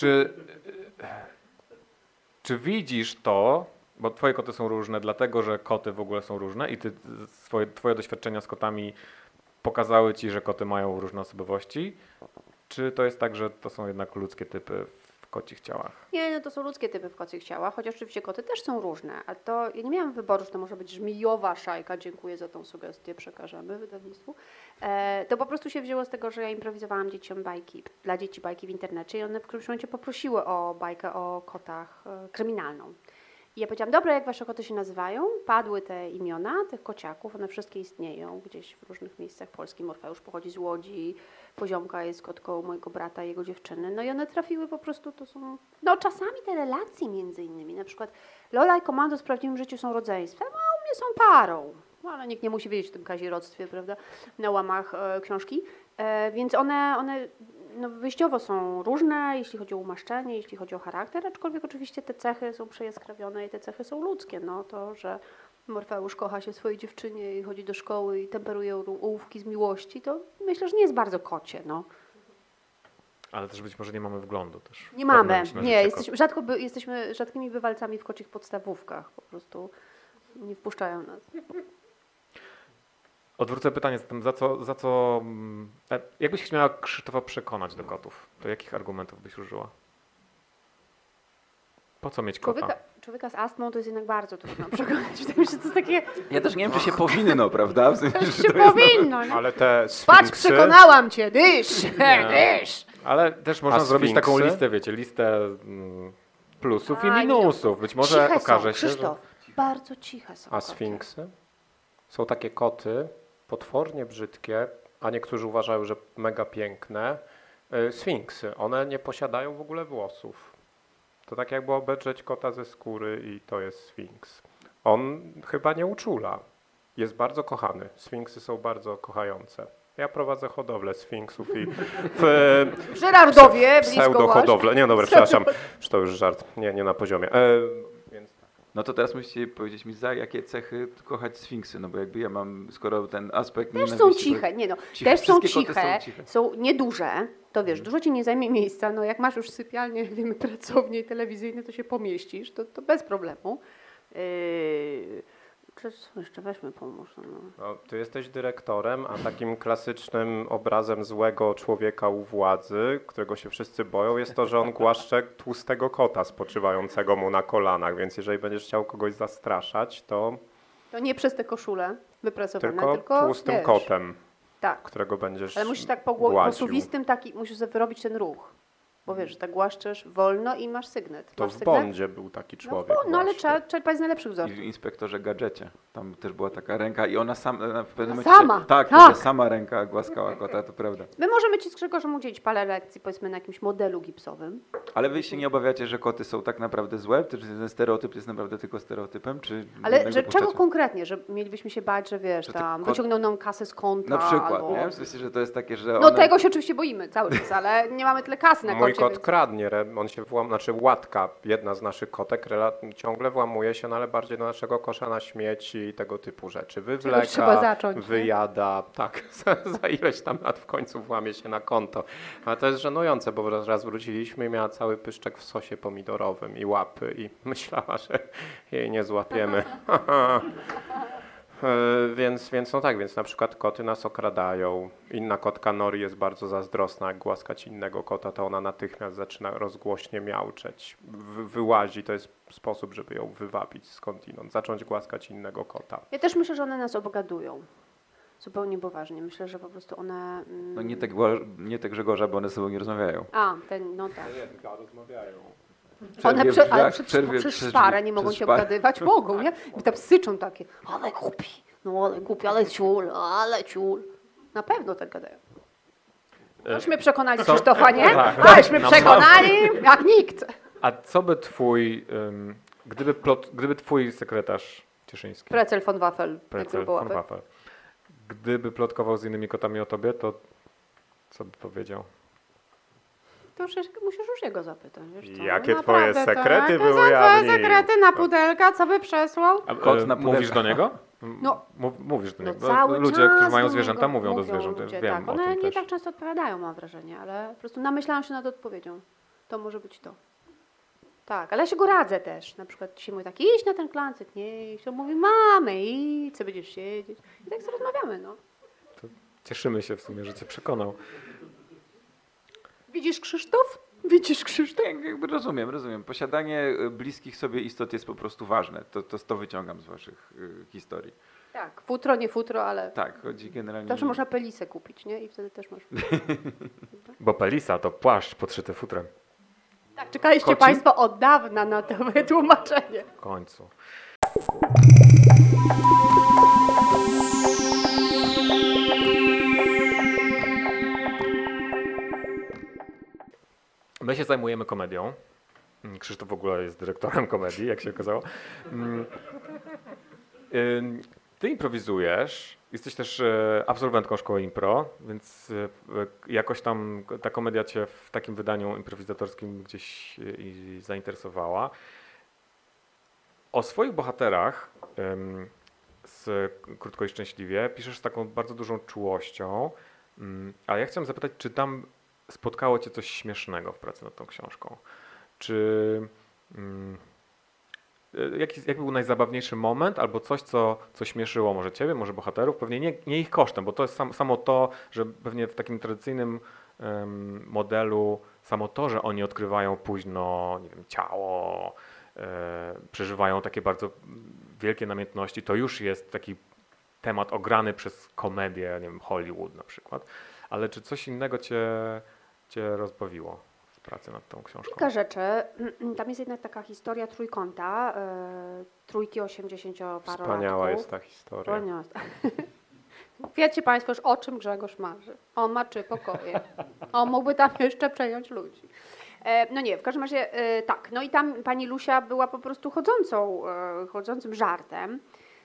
czy widzisz to, bo twoje koty są różne, dlatego że koty w ogóle są różne i twoje doświadczenia z kotami pokazały ci, że koty mają różne osobowości? Czy to jest tak, że to są jednak ludzkie typy w kocich ciałach? Nie, no to są ludzkie typy w kocich ciałach, chociaż oczywiście koty też są różne, a to ja nie miałam wyboru, że to może być żmijowa szajka, dziękuję za tą sugestię, przekażemy wydawnictwu. To po prostu się wzięło z tego, że ja improwizowałam dzieciom bajki, dla dzieci bajki w internecie i one w którymś momencie poprosiły o bajkę o kotach kryminalną. I ja powiedziałam, dobra, jak wasze koty się nazywają? Padły te imiona tych kociaków, one wszystkie istnieją gdzieś w różnych miejscach Polski. Morfeusz pochodzi z Łodzi, Poziomka jest kotką mojego brata i jego dziewczyny. No i one trafiły po prostu, to są... No czasami te relacje między innymi, na przykład Lola i Komando w prawdziwym życiu są rodzeństwem, a u mnie są parą. No, ale nikt nie musi wiedzieć o tym kazirodztwie, prawda, na łamach książki. Więc one no, wyjściowo są różne, jeśli chodzi o umaszczenie, jeśli chodzi o charakter, aczkolwiek oczywiście te cechy są przejaskrawione i te cechy są ludzkie. No, to, że Morfeusz kocha się swojej dziewczynie i chodzi do szkoły i temperuje ołówki z miłości, to myślę, że nie jest bardzo kocie. No. Ale też być może nie mamy wglądu też. Nie mamy, wewnętrzne nie, życie jesteśmy rzadkimi bywalcami w koczych podstawówkach, po prostu nie wpuszczają nas. Odwrócę pytanie zatem, jakbyś miała Krzysztofa przekonać do kotów, to jakich argumentów byś użyła? Po co mieć kota? Człowieka z astmą to jest jednak bardzo trudno przekonać. Wydaje mi się, że to jest takie... Ja też nie wiem, czy się powinno, prawda? W sensie, Też że się to jest powinno. Nie? Ale te Patrz, sfinksy, przekonałam cię, dysz, Nie. dysz. Ale też można A zrobić taką sfinksy? listę, wiecie, listę plusów i A, nie. minusów. Być może Ciche okaże są, się, że... Krzysztof, bardzo ciche są a koty. sfinksy są takie koty potwornie brzydkie, a niektórzy uważają, że mega piękne. Sfinksy, one nie posiadają w ogóle włosów. To tak jakby obedrzeć kota ze skóry i to jest sfinks. On chyba nie uczula. Jest bardzo kochany. Sfinksy są bardzo kochające. Ja prowadzę hodowlę sfinksów i W Żerardowie, blisko pseudo-hodowlę. Nie, dobra, przepraszam, że to już żart, nie na poziomie. Więc No to teraz musicie powiedzieć mi, za jakie cechy kochać sfinksy, no bo jakby ja mam, skoro ten aspekt Też są nienawiści- ciche, nie no, Ciche. też są Wszystkie koty ciche, są ciche. są nieduże, to wiesz, dużo ci nie zajmie miejsca, no jak masz już sypialnię, wiemy, pracownię i telewizyjne, to się pomieścisz, to bez problemu. Co jeszcze weźmy pomóż. No. no, ty jesteś dyrektorem, a takim klasycznym obrazem złego człowieka u władzy, którego się wszyscy boją, jest to, że on głaszcze tłustego kota spoczywającego mu na kolanach, więc jeżeli będziesz chciał kogoś zastraszać, to To nie przez te koszule wypracowane, tylko tłustym wiesz, kotem, Tak, którego będziesz ale musisz tak po gładził. suwistym taki, musisz sobie wyrobić ten ruch, bo wiesz, że tak głaszczesz wolno i masz sygnet. To masz w sygnet? Bondzie był taki człowiek. No ale właśnie. trzeba czerpać z najlepszych I wzorców. w Inspektorze Gadżecie. Tam też była taka ręka i ona w pewnym momencie... Sama, Tak, tak. sama ręka głaskała kota, to prawda. My możemy ci z Grzegorzem udzielić parę lekcji, powiedzmy, na jakimś modelu gipsowym. Ale wy się nie obawiacie, że koty są tak naprawdę złe? Czy ten stereotyp jest naprawdę tylko stereotypem? Czy Ale jednak że dopuszczacie? czego konkretnie? Że mielibyśmy się bać, że wiesz, Że ten tam kot- wyciągną nam kasę z konta Na przykład, albo... nie? W sensie, że to jest takie, że No one... tego się oczywiście boimy cały czas, ale nie mamy tyle kasy na Mój koncie. kot więc... kradnie, on się znaczy Łatka, jedna z naszych kotek, ciągle włamuje się, no ale bardziej do naszego kosza na śmieci i tego typu rzeczy. trzeba Wywleka, zacząć, nie? wyjada, tak, za ileś tam lat w końcu włamie się na konto. Ale to jest żenujące, bo raz wróciliśmy i miała cały pyszczek w sosie pomidorowym i łapy i myślała, że jej nie złapiemy. Więc no tak, więc na przykład koty nas okradają. Inna kotka Nori jest bardzo zazdrosna, jak głaskać innego kota, to ona natychmiast zaczyna rozgłośnie miauczeć. Wyłazi, to jest sposób, żeby ją wywabić skądinąd, zacząć głaskać innego kota. Ja też myślę, że one nas obgadują. Zupełnie poważnie. Myślę, że po prostu one... No nie te Grzegorza, bo one ze sobą nie rozmawiają. no tak. Rozmawiają. One Przerwie w ale drzwiach, przez szparę nie mogą przez cię szparę. obgadywać? Mogą, nie? I tam syczą takie, ale głupi, no ale głupi, ale ciul. Na pewno tak gadają. Tośmy przekonali Krzysztofa, nie? Tak. Tośmy przekonali jak nikt. A co by gdyby twój sekretarz cieszyński, Precel von Waffel, jak Precel było von Waffel, gdyby plotkował z innymi kotami o tobie, to co by powiedział? To już musisz już jego zapytać, wiesz co? Jakie No twoje naprawdę, sekrety jakie są by ujawnił? twoje sekrety na pudelka, co by przesłał? A, Kot na mówisz pudełka. do niego? No. Mówisz do No niego. cały Ludzie, czas którzy mają do zwierzęta, niego mówią do zwierząt. ludzie, Wiem tak. o One tym nie też. tak często odpowiadają, mam wrażenie, ale po prostu namyślałam się nad odpowiedzią. To może być to. Tak, ale ja się go radzę też. Na przykład się mówi tak, idź na ten klancek, nie idź. On mówi, mamy, idź, co będziesz siedzieć. I tak sobie rozmawiamy, no. Cieszymy się w sumie, że cię przekonał. Widzisz Krzysztof? Widzisz Krzysztof? Jakby rozumiem. Posiadanie bliskich sobie istot jest po prostu ważne. To wyciągam z waszych historii. Tak, futro, nie futro, ale Tak, chodzi generalnie... zawsze można pelisę kupić, nie? I wtedy też masz... Bo pelisa to płaszcz podszyty futrem. Tak, czekaliście Koci? Państwo od dawna na to wytłumaczenie. W końcu. My się zajmujemy komedią. Krzysztof w ogóle jest dyrektorem komedii, jak się okazało. Ty improwizujesz, jesteś też absolwentką szkoły impro, więc jakoś tam ta komedia cię w takim wydaniu improwizatorskim gdzieś zainteresowała. O swoich bohaterach z Krótko i Szczęśliwie piszesz z taką bardzo dużą czułością, ale ja chciałem zapytać, czy tam spotkało cię coś śmiesznego w pracy nad tą książką? Czy jaki był najzabawniejszy moment albo coś, co śmieszyło może ciebie, może bohaterów? Pewnie nie ich kosztem, bo to jest samo to, że pewnie w takim tradycyjnym modelu samo to, że oni odkrywają późno, nie wiem, ciało, przeżywają takie bardzo wielkie namiętności, to już jest taki temat ograny przez komedię, nie wiem, Hollywood na przykład. Ale czy coś innego cię rozbawiło w pracy nad tą książką? Kilka rzeczy. Tam jest jednak taka historia trójkąta, trójki 80-parolatków. Wspaniała jest ta historia. Wspaniała. Wiecie Państwo już, o czym Grzegorz marzy. On ma 3 pokoje. On mógłby tam jeszcze przejąć ludzi. No nie, w każdym razie tak. No i tam pani Lusia była po prostu chodzącym żartem.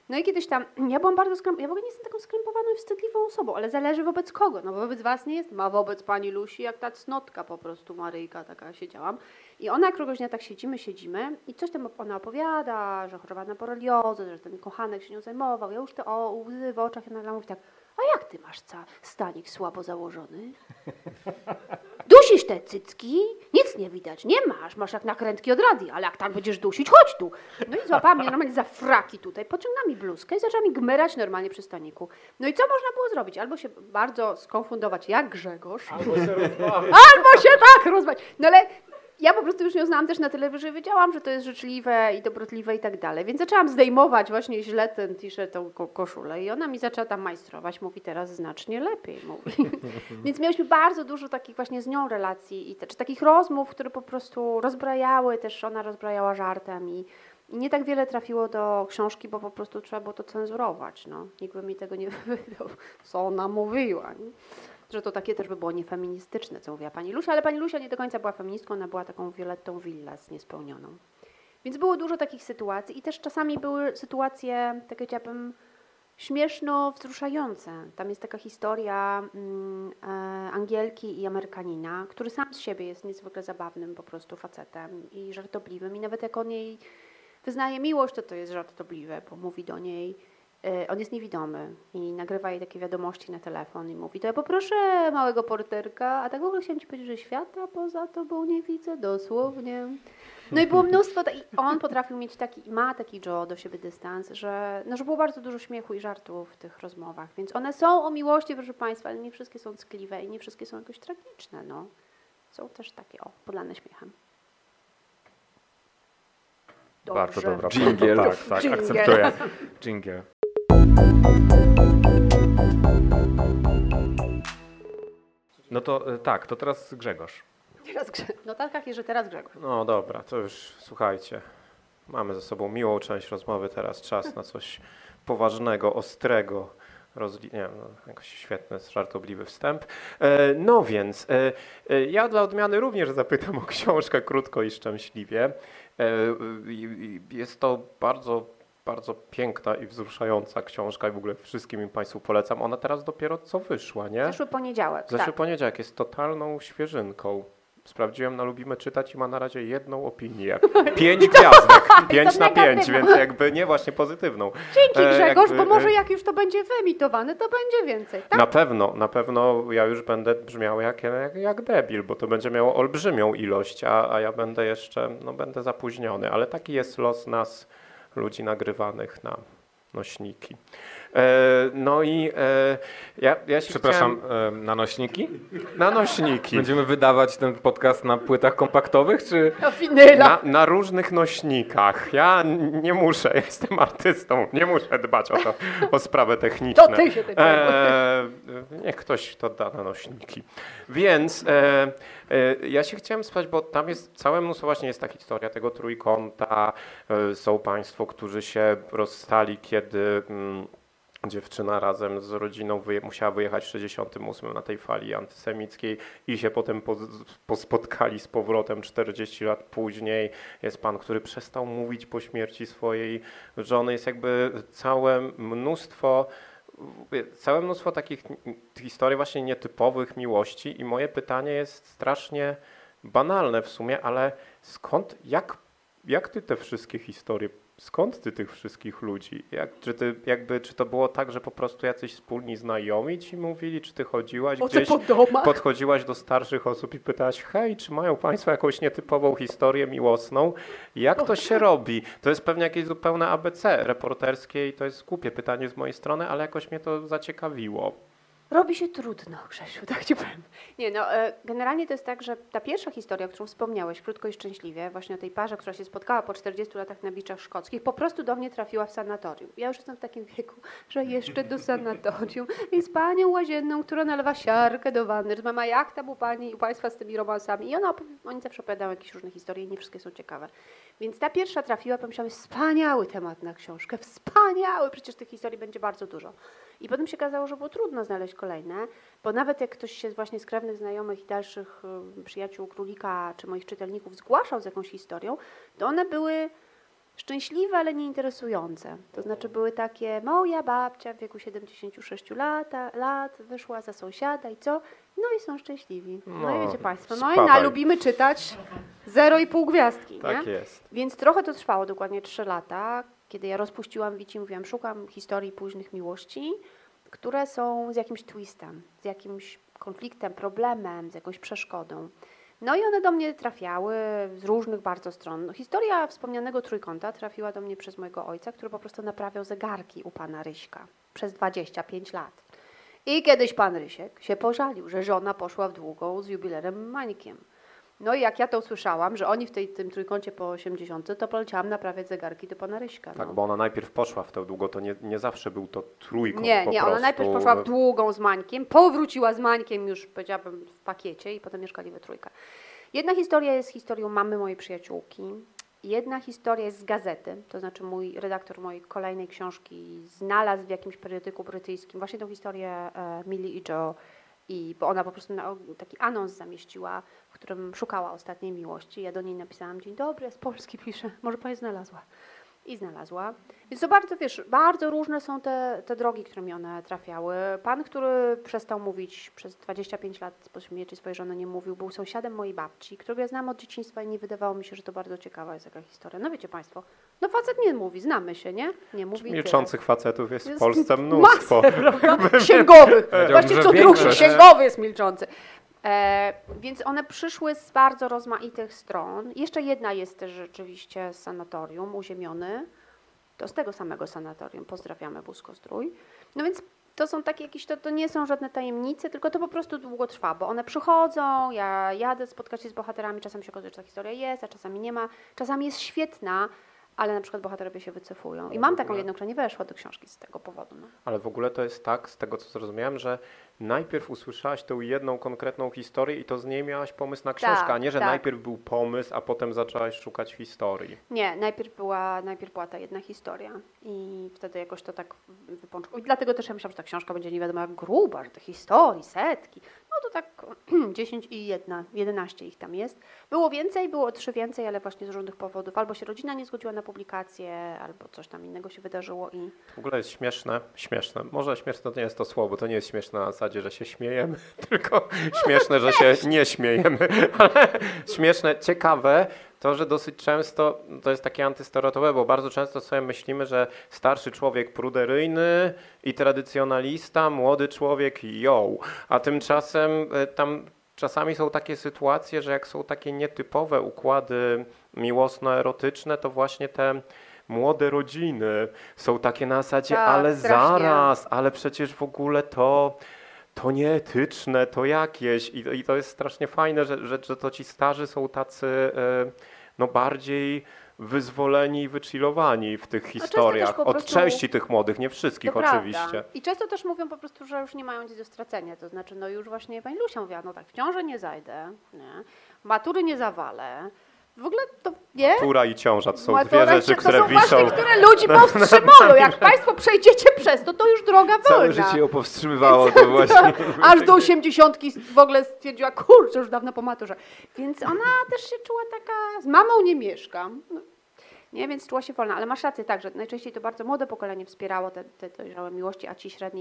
No i kiedyś tam, ja byłam bardzo ja w ogóle nie jestem taką skrępowaną i wstydliwą osobą, ale zależy wobec kogo. No wobec was nie jestem, a wobec pani Lusi jak ta cnotka po prostu, Maryjka taka siedziałam. I ona któregoś dnia tak siedzimy i coś tam ona opowiada, że chorowała na boreliozę, że ten kochanek się nią zajmował. Ja już te łzy w oczach i nagle mówi tak, a jak ty masz stanik słabo założony? Dusisz te cycki? Nic nie widać, nie masz jak nakrętki od radia, ale jak tam będziesz dusić, chodź tu. No i złapała mnie normalnie za fraki tutaj, pociągnęła mi bluzkę i zaczęła mi gmerać normalnie przy staniku. No i co można było zrobić? Albo się bardzo skonfundować jak Grzegorz, Albo się rozbawić. albo się tak rozwać. No ale ja po prostu już ją znałam też na tyle, że wiedziałam, że to jest życzliwe i dobrotliwe i tak dalej. Więc zaczęłam zdejmować właśnie źle ten t-shirt, tą koszulę i ona mi zaczęła tam majstrować. Mówi, teraz znacznie lepiej, mówi. Więc miałyśmy bardzo dużo takich właśnie z nią relacji, czy takich rozmów, które po prostu rozbrajały, też ona rozbrajała żartem i nie tak wiele trafiło do książki, bo po prostu trzeba było to cenzurować. No. Nikt by mi tego nie wydał, co ona mówiła. Nie? Że to takie też by było niefeministyczne, co mówiła pani Lusia, ale pani Lusia nie do końca była feministką, ona była taką Violettą Villas niespełnioną. Więc było dużo takich sytuacji i też czasami były sytuacje, tak powiedziałabym, śmieszno wzruszające. Tam jest taka historia Angielki i Amerykanina, który sam z siebie jest niezwykle zabawnym po prostu facetem i żartobliwym i nawet jak on jej wyznaje miłość, to jest żartobliwe, bo mówi do niej, on jest niewidomy i nagrywa jej takie wiadomości na telefon i mówi, to ja poproszę małego porterka, a tak w ogóle chciałam ci powiedzieć, że świata poza tobą nie widzę, dosłownie. No i było mnóstwo, i on potrafił mieć taki, ma taki Joe do siebie dystans, że było bardzo dużo śmiechu i żartów w tych rozmowach, więc one są o miłości, proszę państwa, ale nie wszystkie są ckliwe i nie wszystkie są jakoś tragiczne, no. Są też takie, podlane śmiechem. Dobrze. Bardzo dobra. Dżingiel. Tak, Dżingiel. akceptuję. Dżingiel. No to tak, to teraz Grzegorz. W notatkach jest, że teraz Grzegorz. No dobra, to już słuchajcie. Mamy ze sobą miłą część rozmowy, teraz czas na coś poważnego, ostrego. Nie wiem, jakoś świetny, żartobliwy wstęp. No więc, ja dla odmiany również zapytam o książkę krótko i szczęśliwie. Jest to bardzo, bardzo piękna i wzruszająca książka i w ogóle wszystkim im Państwu polecam. Ona teraz dopiero co wyszła, nie? Zeszły poniedziałek, Zeszły poniedziałek, jest totalną świeżynką. Sprawdziłem na Lubimy Czytać i ma na razie jedną opinię. 5 gwiazdek, 5 na 5, więc jakby nie właśnie pozytywną. Dzięki Grzegorz, jakby, bo może jak już to będzie wyemitowane, to będzie więcej, tak? Na pewno ja już będę brzmiał jak debil, bo to będzie miało olbrzymią ilość, a ja będę jeszcze, będę zapóźniony, ale taki jest los nas, ludzi nagrywanych na nośniki. No i ja się Przepraszam, na nośniki? na nośniki. Będziemy wydawać ten podcast na płytach kompaktowych, czy... No finyla. Na różnych nośnikach. Ja nie muszę, jestem artystą, nie muszę dbać o sprawy techniczne. To ty się tym zajmujesz. Niech ktoś to da na nośniki. Więc ja się chciałem spytać, bo tam jest całe mnóstwo, właśnie jest ta historia tego trójkąta. Są państwo, którzy się rozstali, kiedy dziewczyna razem z rodziną musiała wyjechać w 1968 na tej fali antysemickiej i się potem spotkali z powrotem 40 lat później. Jest pan, który przestał mówić po śmierci swojej żony. Jest jakby całe mnóstwo takich historii właśnie nietypowych miłości i moje pytanie jest strasznie banalne w sumie, ale jak ty te wszystkie historie, skąd ty tych wszystkich ludzi? Czy to było tak, że po prostu jacyś wspólni znajomi ci mówili, czy ty chodziłaś gdzieś, po domach? podchodziłaś do starszych osób i pytałaś, hej, czy mają państwo jakąś nietypową historię miłosną? Jak to się robi? To jest pewnie jakieś zupełne ABC reporterskie i to jest głupie pytanie z mojej strony, ale jakoś mnie to zaciekawiło. Robi się trudno, Grzesiu, tak ci powiem. Nie, generalnie to jest tak, że ta pierwsza historia, o którą wspomniałeś, krótko i szczęśliwie, właśnie o tej parze, która się spotkała po 40 latach na Biczach Szkockich, po prostu do mnie trafiła w sanatorium. Ja już jestem w takim wieku, że jeszcze do sanatorium i z panią łazienną, która nalewa siarkę do wanny. Mama, jak tam u pani i u państwa z tymi romansami? I oni zawsze opowiadają jakieś różne historie i nie wszystkie są ciekawe. Więc ta pierwsza trafiła, pomyślałam, wspaniały temat na książkę, wspaniały, przecież tych historii będzie bardzo dużo. I potem się okazało, że było trudno znaleźć kolejne, bo nawet jak ktoś się właśnie z krewnych znajomych i dalszych przyjaciół Królika czy moich czytelników zgłaszał z jakąś historią, to one były Szczęśliwe, ale nieinteresujące. To znaczy były takie, moja babcia w wieku 76 lat wyszła za sąsiada i co? No i są szczęśliwi. No i wiecie Państwo, no i spadaj. lubimy czytać 0,5 gwiazdki. Tak nie? jest. Więc trochę to trwało, dokładnie 3 lata, kiedy ja rozpuściłam Wici, mówiłam, szukam historii późnych miłości, które są z jakimś twistem, z jakimś konfliktem, problemem, z jakąś przeszkodą. No i one do mnie trafiały z różnych bardzo stron. No, historia wspomnianego trójkąta trafiła do mnie przez mojego ojca, który po prostu naprawiał zegarki u pana Ryśka przez 25 lat. I kiedyś pan Rysiek się pożalił, że żona poszła w długą z jubilerem Mańkiem. No i jak ja to usłyszałam, że oni w tym trójkącie po 80, to poleciałam naprawiać zegarki do pana Ryśka. Tak, no. bo ona najpierw poszła w tę długo, to nie zawsze był to trójkąt Nie, po ona prostu. najpierw poszła w długą z Mańkiem, powróciła z Mańkiem już, powiedziałabym, w pakiecie i potem mieszkali we trójkę. Jedna historia jest historią mamy mojej przyjaciółki, jedna historia jest z gazety, to znaczy mój redaktor mojej kolejnej książki znalazł w jakimś periodyku brytyjskim właśnie tą historię Millie i Joe, bo ona po prostu taki anons zamieściła, w którym szukała ostatniej miłości. Ja do niej napisałam, dzień dobry, z Polski piszę, może pani znalazła. I znalazła. Więc to bardzo, bardzo różne są te drogi, którymi one trafiały. Pan, który przestał mówić przez 25 lat po śmierci swojej żony nie mówił, był sąsiadem mojej babci, którego ja znam od dzieciństwa i nie wydawało mi się, że to bardzo ciekawa jest jaka historia. No wiecie Państwo, no facet nie mówi, znamy się, nie? Nie mówi. Milczących facetów jest w Jest Polsce mnóstwo. Masę, księgowy. Właśnie że co drugi większość. księgowy jest milczący. Więc one przyszły z bardzo rozmaitych stron. Jeszcze jedna jest też rzeczywiście z sanatorium, Uziemiony. To z tego samego sanatorium. Pozdrawiamy Busko-Zdrój. No więc to są takie jakieś, to nie są żadne tajemnice, tylko to po prostu długo trwa, bo one przychodzą, ja jadę spotkać się z bohaterami, czasami się okazuje, że ta historia jest, a czasami nie ma. Czasami jest świetna, ale na przykład bohaterowie się wycofują. I mam taką jedną, która nie weszła do książki z tego powodu. No. Ale w ogóle to jest tak, z tego co zrozumiałem, że najpierw usłyszałaś tę jedną konkretną historię i to z niej miałaś pomysł na książkę, Tak, a nie, że tak. najpierw był pomysł, a potem zaczęłaś szukać historii. Nie, najpierw była ta jedna historia i wtedy jakoś to tak wypączkowało. I dlatego też ja myślałam, że ta książka będzie nie wiadomo jak gruba, że te historii, setki. No to tak 10 i 11 ich tam jest. Było więcej, było 3 więcej, ale właśnie z różnych powodów. Albo się rodzina nie zgodziła na publikację, albo coś tam innego się wydarzyło i... W ogóle jest śmieszne. Może śmieszne to nie jest to słowo, to nie jest śmieszne na zasadzie, że się śmiejemy, tylko śmieszne, że się nie śmiejemy. Ale śmieszne, ciekawe to, że dosyć często, to jest takie antystereotypowe, bo bardzo często sobie myślimy, że starszy człowiek pruderyjny i tradycjonalista, młody człowiek a tymczasem tam czasami są takie sytuacje, że jak są takie nietypowe układy miłosno-erotyczne, to właśnie te młode rodziny są takie na zasadzie, Tak, ale strasznie. zaraz, ale przecież w ogóle to nieetyczne, to jakieś. I to jest strasznie fajne, że to ci starzy są tacy no bardziej wyzwoleni i wychillowani w tych często historiach. też po Od prostu- części tych młodych, nie wszystkich To oczywiście. prawda. I często też mówią po prostu, że już nie mają nic do stracenia. To znaczy, no już właśnie pani Lucia mówiła, no tak, w ciążę nie zajdę, nie? Matury nie zawalę. W ogóle to, nie? Matura i ciąża to są Matura dwie i rzeczy, to które są wiszą. właśnie, które ludzi powstrzymują. Jak Państwo przejdziecie przez to, to już droga Całe wolna. życie ją powstrzymywało to właśnie. Aż do 80 w ogóle stwierdziła, kurczę, już dawno po maturze. Więc ona też się czuła taka, z mamą nie mieszkam. No, nie, więc czuła się wolna. Ale masz rację, tak, że najczęściej to bardzo młode pokolenie wspierało te dojrzałe miłości, a ci średni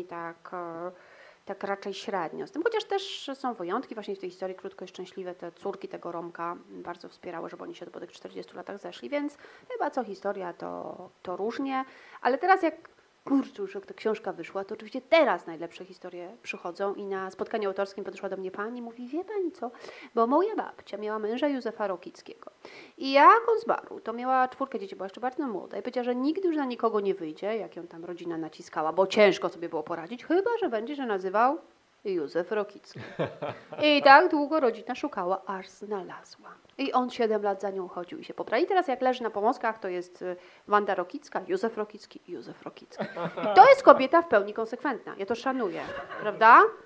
tak raczej średnio. Z tym chociaż też są wyjątki, właśnie w tej historii Krótko i Szczęśliwe, te córki tego Romka bardzo wspierały, żeby oni się po tych 40 latach zeszli, więc chyba co historia to różnie. Ale teraz jak kurczę, już jak ta książka wyszła, to oczywiście teraz najlepsze historie przychodzą i na spotkaniu autorskim podeszła do mnie pani i mówi, wie pani co, bo moja babcia miała męża Józefa Rokickiego i jak on zmarł, to miała 4 dzieci, była jeszcze bardzo młoda i powiedziała, że nigdy już na nikogo nie wyjdzie, jak ją tam rodzina naciskała, bo ciężko sobie było poradzić, chyba że będzie się nazywał Józef Rokicki. I tak długo rodzina szukała, aż znalazła. I on 7 lat za nią chodził i się poprawił. I teraz jak leży na pomockach, to jest Wanda Rokicka, Józef Rokicki i Józef Rokicki. I to jest kobieta w pełni konsekwentna. Ja to szanuję, prawda?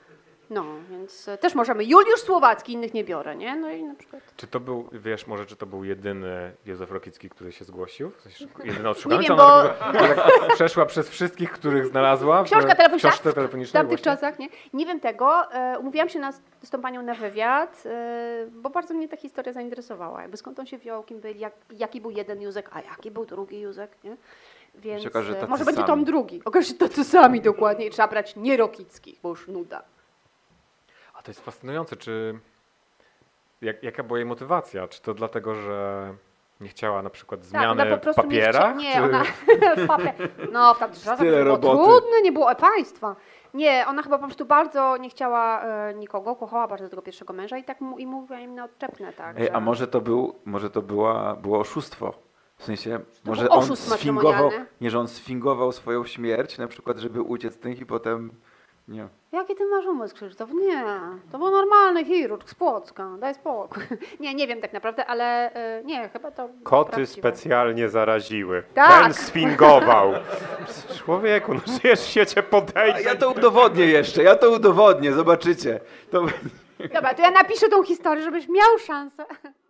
No, więc też możemy. Juliusz Słowacki, innych nie biorę, nie? No i na przykład... Czy to był, wiesz, może czy to był jedyny Józef Rokicki, który się zgłosił? W sensie jedyny odszukany, Nie czy wiem, ona bo- tak przeszła przez wszystkich, których znalazła? Książka telefoniczna Książce w telefonicznej tamtych właśnie? czasach, nie? Nie wiem tego. Umówiłam się z tą panią na wywiad, bo bardzo mnie ta historia zainteresowała. Jakby skąd on się wziął, kim byli, jaki był jeden Józek, a jaki był drugi Józek, nie? Więc się okaże, że tacy może będzie sami. tom drugi. Okaże się tacy sami dokładnie i trzeba brać nie Rokickich, bo już nuda. A to jest fascynujące, czy jaka była jej motywacja? Czy to dlatego, że nie chciała na przykład zmiany ona po w prostu papierach? nie, czy... ona no w tamtych czasach Tyle to było roboty. trudne, nie było państwa. Nie, ona chyba po prostu bardzo nie chciała nikogo, kochała bardzo tego pierwszego męża i tak i mówiła im na odczepne, tak. Ej, że- a może to było oszustwo? W sensie, może był on oszust sfingował, matrymonialny. nie, że on sfingował swoją śmierć, na przykład, żeby uciec z tych i potem, nie. Jaki ty masz umysł, Krzysztof? Nie, to był normalny chirurg z Płocka, daj spokój. Nie wiem tak naprawdę, ale nie, chyba to było Koty prawdziwe. specjalnie zaraziły. Tak. Ten sfingował. Człowieku, no żyjesz w świecie A podejrzeń. ja to udowodnię jeszcze, ja to udowodnię, zobaczycie. To... Dobra, to ja napiszę tą historię, żebyś miał szansę.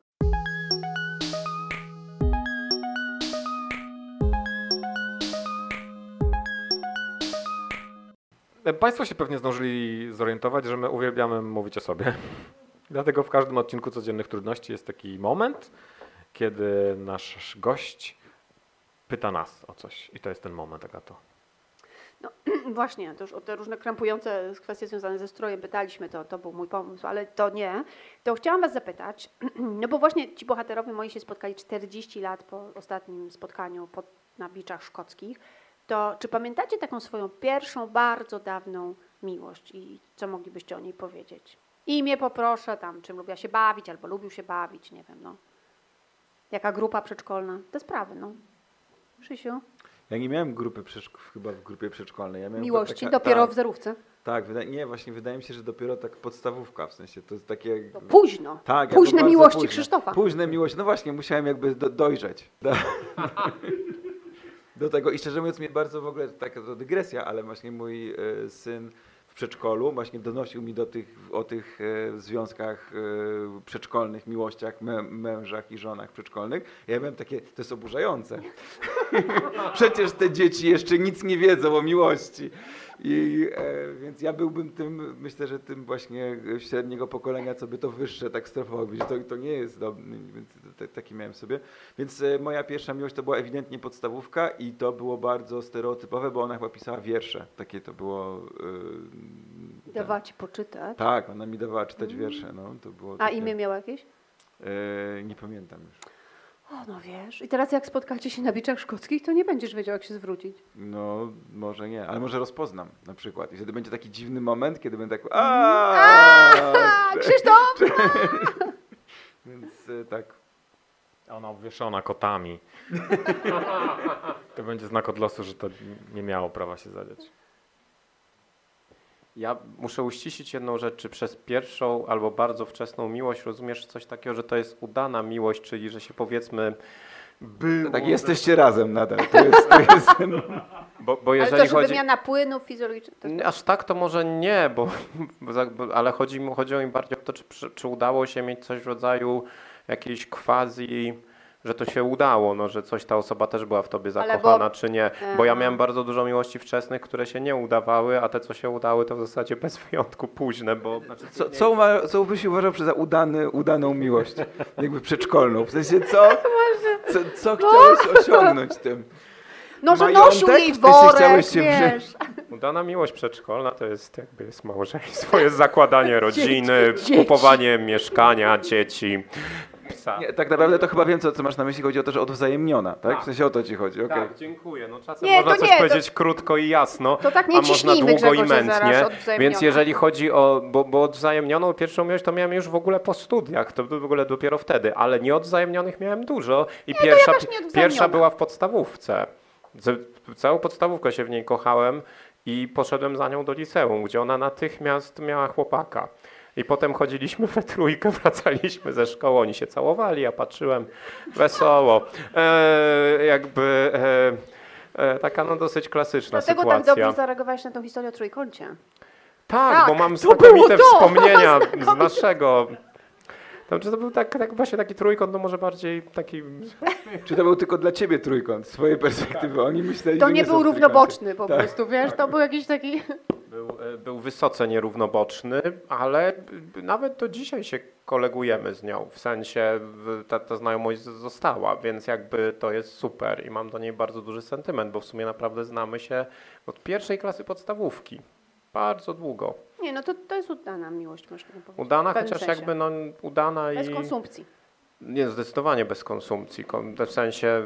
Państwo się pewnie zdążyli zorientować, że my uwielbiamy mówić o sobie. Dlatego w każdym odcinku Codziennych Trudności jest taki moment, kiedy nasz gość pyta nas o coś. I to jest ten moment, Agato. Właśnie, to już o te różne krępujące kwestie związane ze strojem pytaliśmy, to był mój pomysł, ale to nie. To chciałam was zapytać, no bo właśnie ci bohaterowie moi się spotkali 40 lat po ostatnim spotkaniu na Biczach Szkockich. To czy pamiętacie taką swoją pierwszą, bardzo dawną miłość i co moglibyście o niej powiedzieć? Imię poproszę, tam czym lubiła się bawić albo lubił się bawić, nie wiem, no. Jaka grupa przedszkolna? Te sprawy, no. Krzysiu? Ja nie miałem grupy chyba w grupie przedszkolnej. Ja miałem Miłości, taka, dopiero tak, w zerówce? Tak, właśnie wydaje mi się, że dopiero tak podstawówka, w sensie to jest takie... To późno. Tak, Późne bardzo miłości późno. Krzysztofa. Późne miłości, no właśnie, musiałem jakby dojrzeć. Do tego i szczerze mówiąc mnie bardzo w ogóle, taka to dygresja, ale właśnie mój syn w przedszkolu właśnie donosił mi o tych związkach przedszkolnych, miłościach, mężach i żonach przedszkolnych. Ja byłem takie, to jest oburzające. Przecież te dzieci jeszcze nic nie wiedzą o miłości. Więc ja byłbym tym, myślę, że tym właśnie średniego pokolenia, co by to wyższe tak strefowało, że to nie jest dobre, więc taki miałem sobie. Więc moja pierwsza miłość to była ewidentnie podstawówka i to było bardzo stereotypowe, bo ona chyba pisała wiersze. Takie to było... Dawała ci poczytać. Tak, ona mi dawała czytać wiersze. No, to było A takie, imię miał jakieś? nie pamiętam już. O, no wiesz. I teraz jak spotkacie się na Biczach Szkockich, to nie będziesz wiedział, jak się zwrócić. No, może nie, ale może rozpoznam na przykład. I wtedy będzie taki dziwny moment, kiedy będę tak... A, Krzysztof! Więc tak. A ona obwieszona kotami. To będzie znak od losu, że to nie miało prawa się zadziać. Ja muszę uściślić jedną rzecz, czy przez pierwszą albo bardzo wczesną miłość rozumiesz coś takiego, że to jest udana miłość, czyli że się powiedzmy było... Tak, jesteście razem nadal. To jest ten... Bo Ale jeżeli to, że chodzi... wymiana płynów fizjologicznych. To... Aż tak to może nie, ale chodziło mi bardziej o to, czy udało się mieć coś w rodzaju jakiejś quasi, że to się udało, no, że coś ta osoba też była w tobie Ale zakochana, czy nie. Bo ja Aha. miałem bardzo dużo miłości wczesnych, które się nie udawały, a te, co się udały, to w zasadzie bez wyjątku późne, bo... Znaczy, Co byś uważał za udaną miłość? Jakby przedszkolną. W sensie co chciałeś osiągnąć tym? No, że Majątek? nosił jej Ty się worek, chciałeś się wiesz. Udana miłość przedszkolna to jest jakby jest małżeństwo, jest zakładanie rodziny, Dzieci. kupowanie mieszkania, dzieci, psa. Nie, tak naprawdę to chyba wiem, co masz na myśli. Chodzi o to, że odwzajemniona, tak? W sensie o to ci chodzi, okej. Tak, dziękuję. No czasem Nie, można to coś nie, to- powiedzieć krótko i jasno, To tak nie a można ciśnijmy, długo i Grzegorz, zaraz mętnie. odwzajemniona. Więc jeżeli chodzi o, bo odwzajemnioną pierwszą miłość to miałem już w ogóle po studiach, to w ogóle dopiero wtedy, ale nieodwzajemnionych miałem dużo i pierwsza, jakaś nieodwzajemniona. pierwsza była w podstawówce. Całą podstawówkę się w niej kochałem i poszedłem za nią do liceum, gdzie ona natychmiast miała chłopaka. I potem chodziliśmy we trójkę, wracaliśmy ze szkoły, oni się całowali, ja patrzyłem wesoło. Taka no dosyć klasyczna Dlatego sytuacja. tak dobrze zareagowałeś na tą historię o trójkącie. Tak, bo mam to było znakomite to! wspomnienia z Znakomite. naszego. To był tak właśnie taki trójkąt, no może bardziej taki... Czy to był tylko dla ciebie trójkąt, z swojej perspektywy? Oni myśleli, To że nie są był w trójkącie. równoboczny po Tak. prostu, wiesz, to był jakiś taki... Był wysoce nierównoboczny, ale nawet do dzisiaj się kolegujemy z nią. W sensie ta znajomość została, więc jakby to jest super i mam do niej bardzo duży sentyment, bo w sumie naprawdę znamy się od pierwszej klasy podstawówki. Bardzo długo. Nie, no to jest udana miłość, można powiedzieć. Udana, W pewnym chociaż sensie. jakby no udana Bez i... konsumpcji. Nie, zdecydowanie bez konsumpcji. W sensie,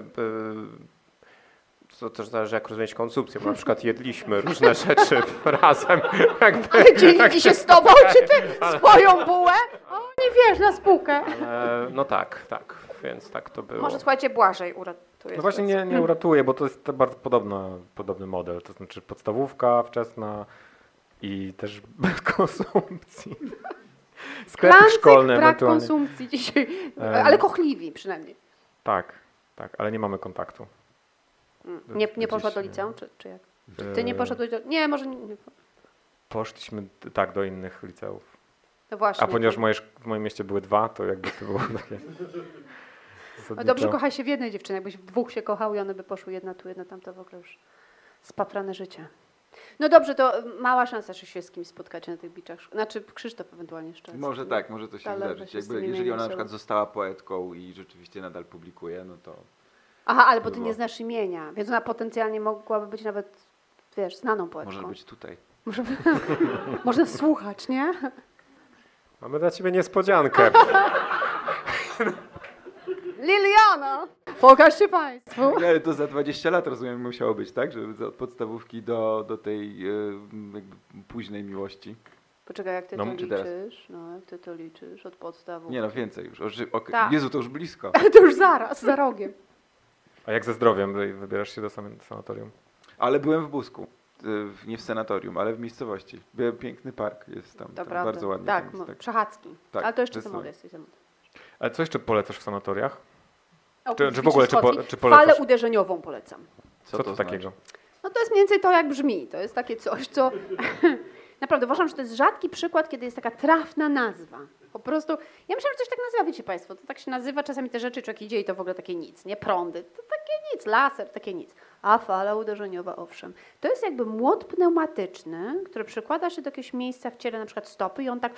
to też zależy jak rozumieć konsumpcję, bo na przykład jedliśmy różne rzeczy razem. Jakby, Dzieli się z tobą, czy ty swoją bułę? O, nie wiesz, na spółkę. no tak, więc tak to było. Może słuchajcie, Błażej uratuje. No właśnie nie uratuje, bo to jest bardzo podobny model. To znaczy podstawówka wczesna i też bez konsumpcji. Sklepy Klancyk, szkolne brak ewentualnie. konsumpcji dzisiaj, ale kochliwi przynajmniej. Tak, ale nie mamy kontaktu. Nie poszła do Gdzieś, liceum, czy jak? Ty nie poszedłeś do... Nie, może nie. Poszliśmy tak do innych liceów. No właśnie. A ponieważ w moim mieście były 2, to jakby to było takie... No dobrze, kochaj się w jednej dziewczynie. Jakbyś w dwóch się kochał i one by poszły jedna tu, jedna tam, to w ogóle już spaprane życie. No dobrze, to mała szansa, że się z kimś spotkacie na tych biczach. Znaczy Krzysztof ewentualnie jeszcze. Może tak, może to się Ale wydarzyć. się z Jakby, tymi jeżeli ona na imieniem przykład została poetką i rzeczywiście nadal publikuje, no to... Aha, ale bo ty Było. nie znasz imienia, więc ona potencjalnie mogłaby być nawet, wiesz, znaną poetką. Może być tutaj. Można słuchać, nie? Mamy dla ciebie niespodziankę. Liliana! Pokażcie Państwu. Ale to za 20 lat, rozumiem, musiało być, tak? Żeby od podstawówki do tej jakby późnej miłości. Poczekaj, jak ty No, to czy teraz? liczysz? No, jak ty to liczysz od podstawu. Nie no, więcej już. Tak. Jezu, to już blisko. To już zaraz, za rogiem. A jak ze zdrowiem? Wybierasz się do sanatorium? Ale byłem w Busku. Nie w sanatorium, ale w miejscowości. Piękny park jest tam. To tam prawda. bardzo ładnie. Tak, tam jest, tak. przechadzki. Tak, Ale to jeszcze za zdecydowanie. młody jesteś. Za młody. Ale co jeszcze polecasz w sanatoriach? Oprócz czy w ogóle, bici czy Szkocji, czy polecasz? falę uderzeniową polecam. Co to znaczy? takiego? No to jest mniej więcej to, jak brzmi. To jest takie coś, co... Naprawdę uważam, że to jest rzadki przykład, kiedy jest taka trafna nazwa. Po prostu, ja myślałam, że coś tak nazywa, wiecie Państwo, to tak się nazywa czasami te rzeczy, czy jak idzie i to w ogóle takie nic, nie prądy, to takie nic, laser, takie nic. A fala uderzeniowa, owszem. To jest jakby młot pneumatyczny, który przykłada się do jakiegoś miejsca w ciele, na przykład stopy i on tak...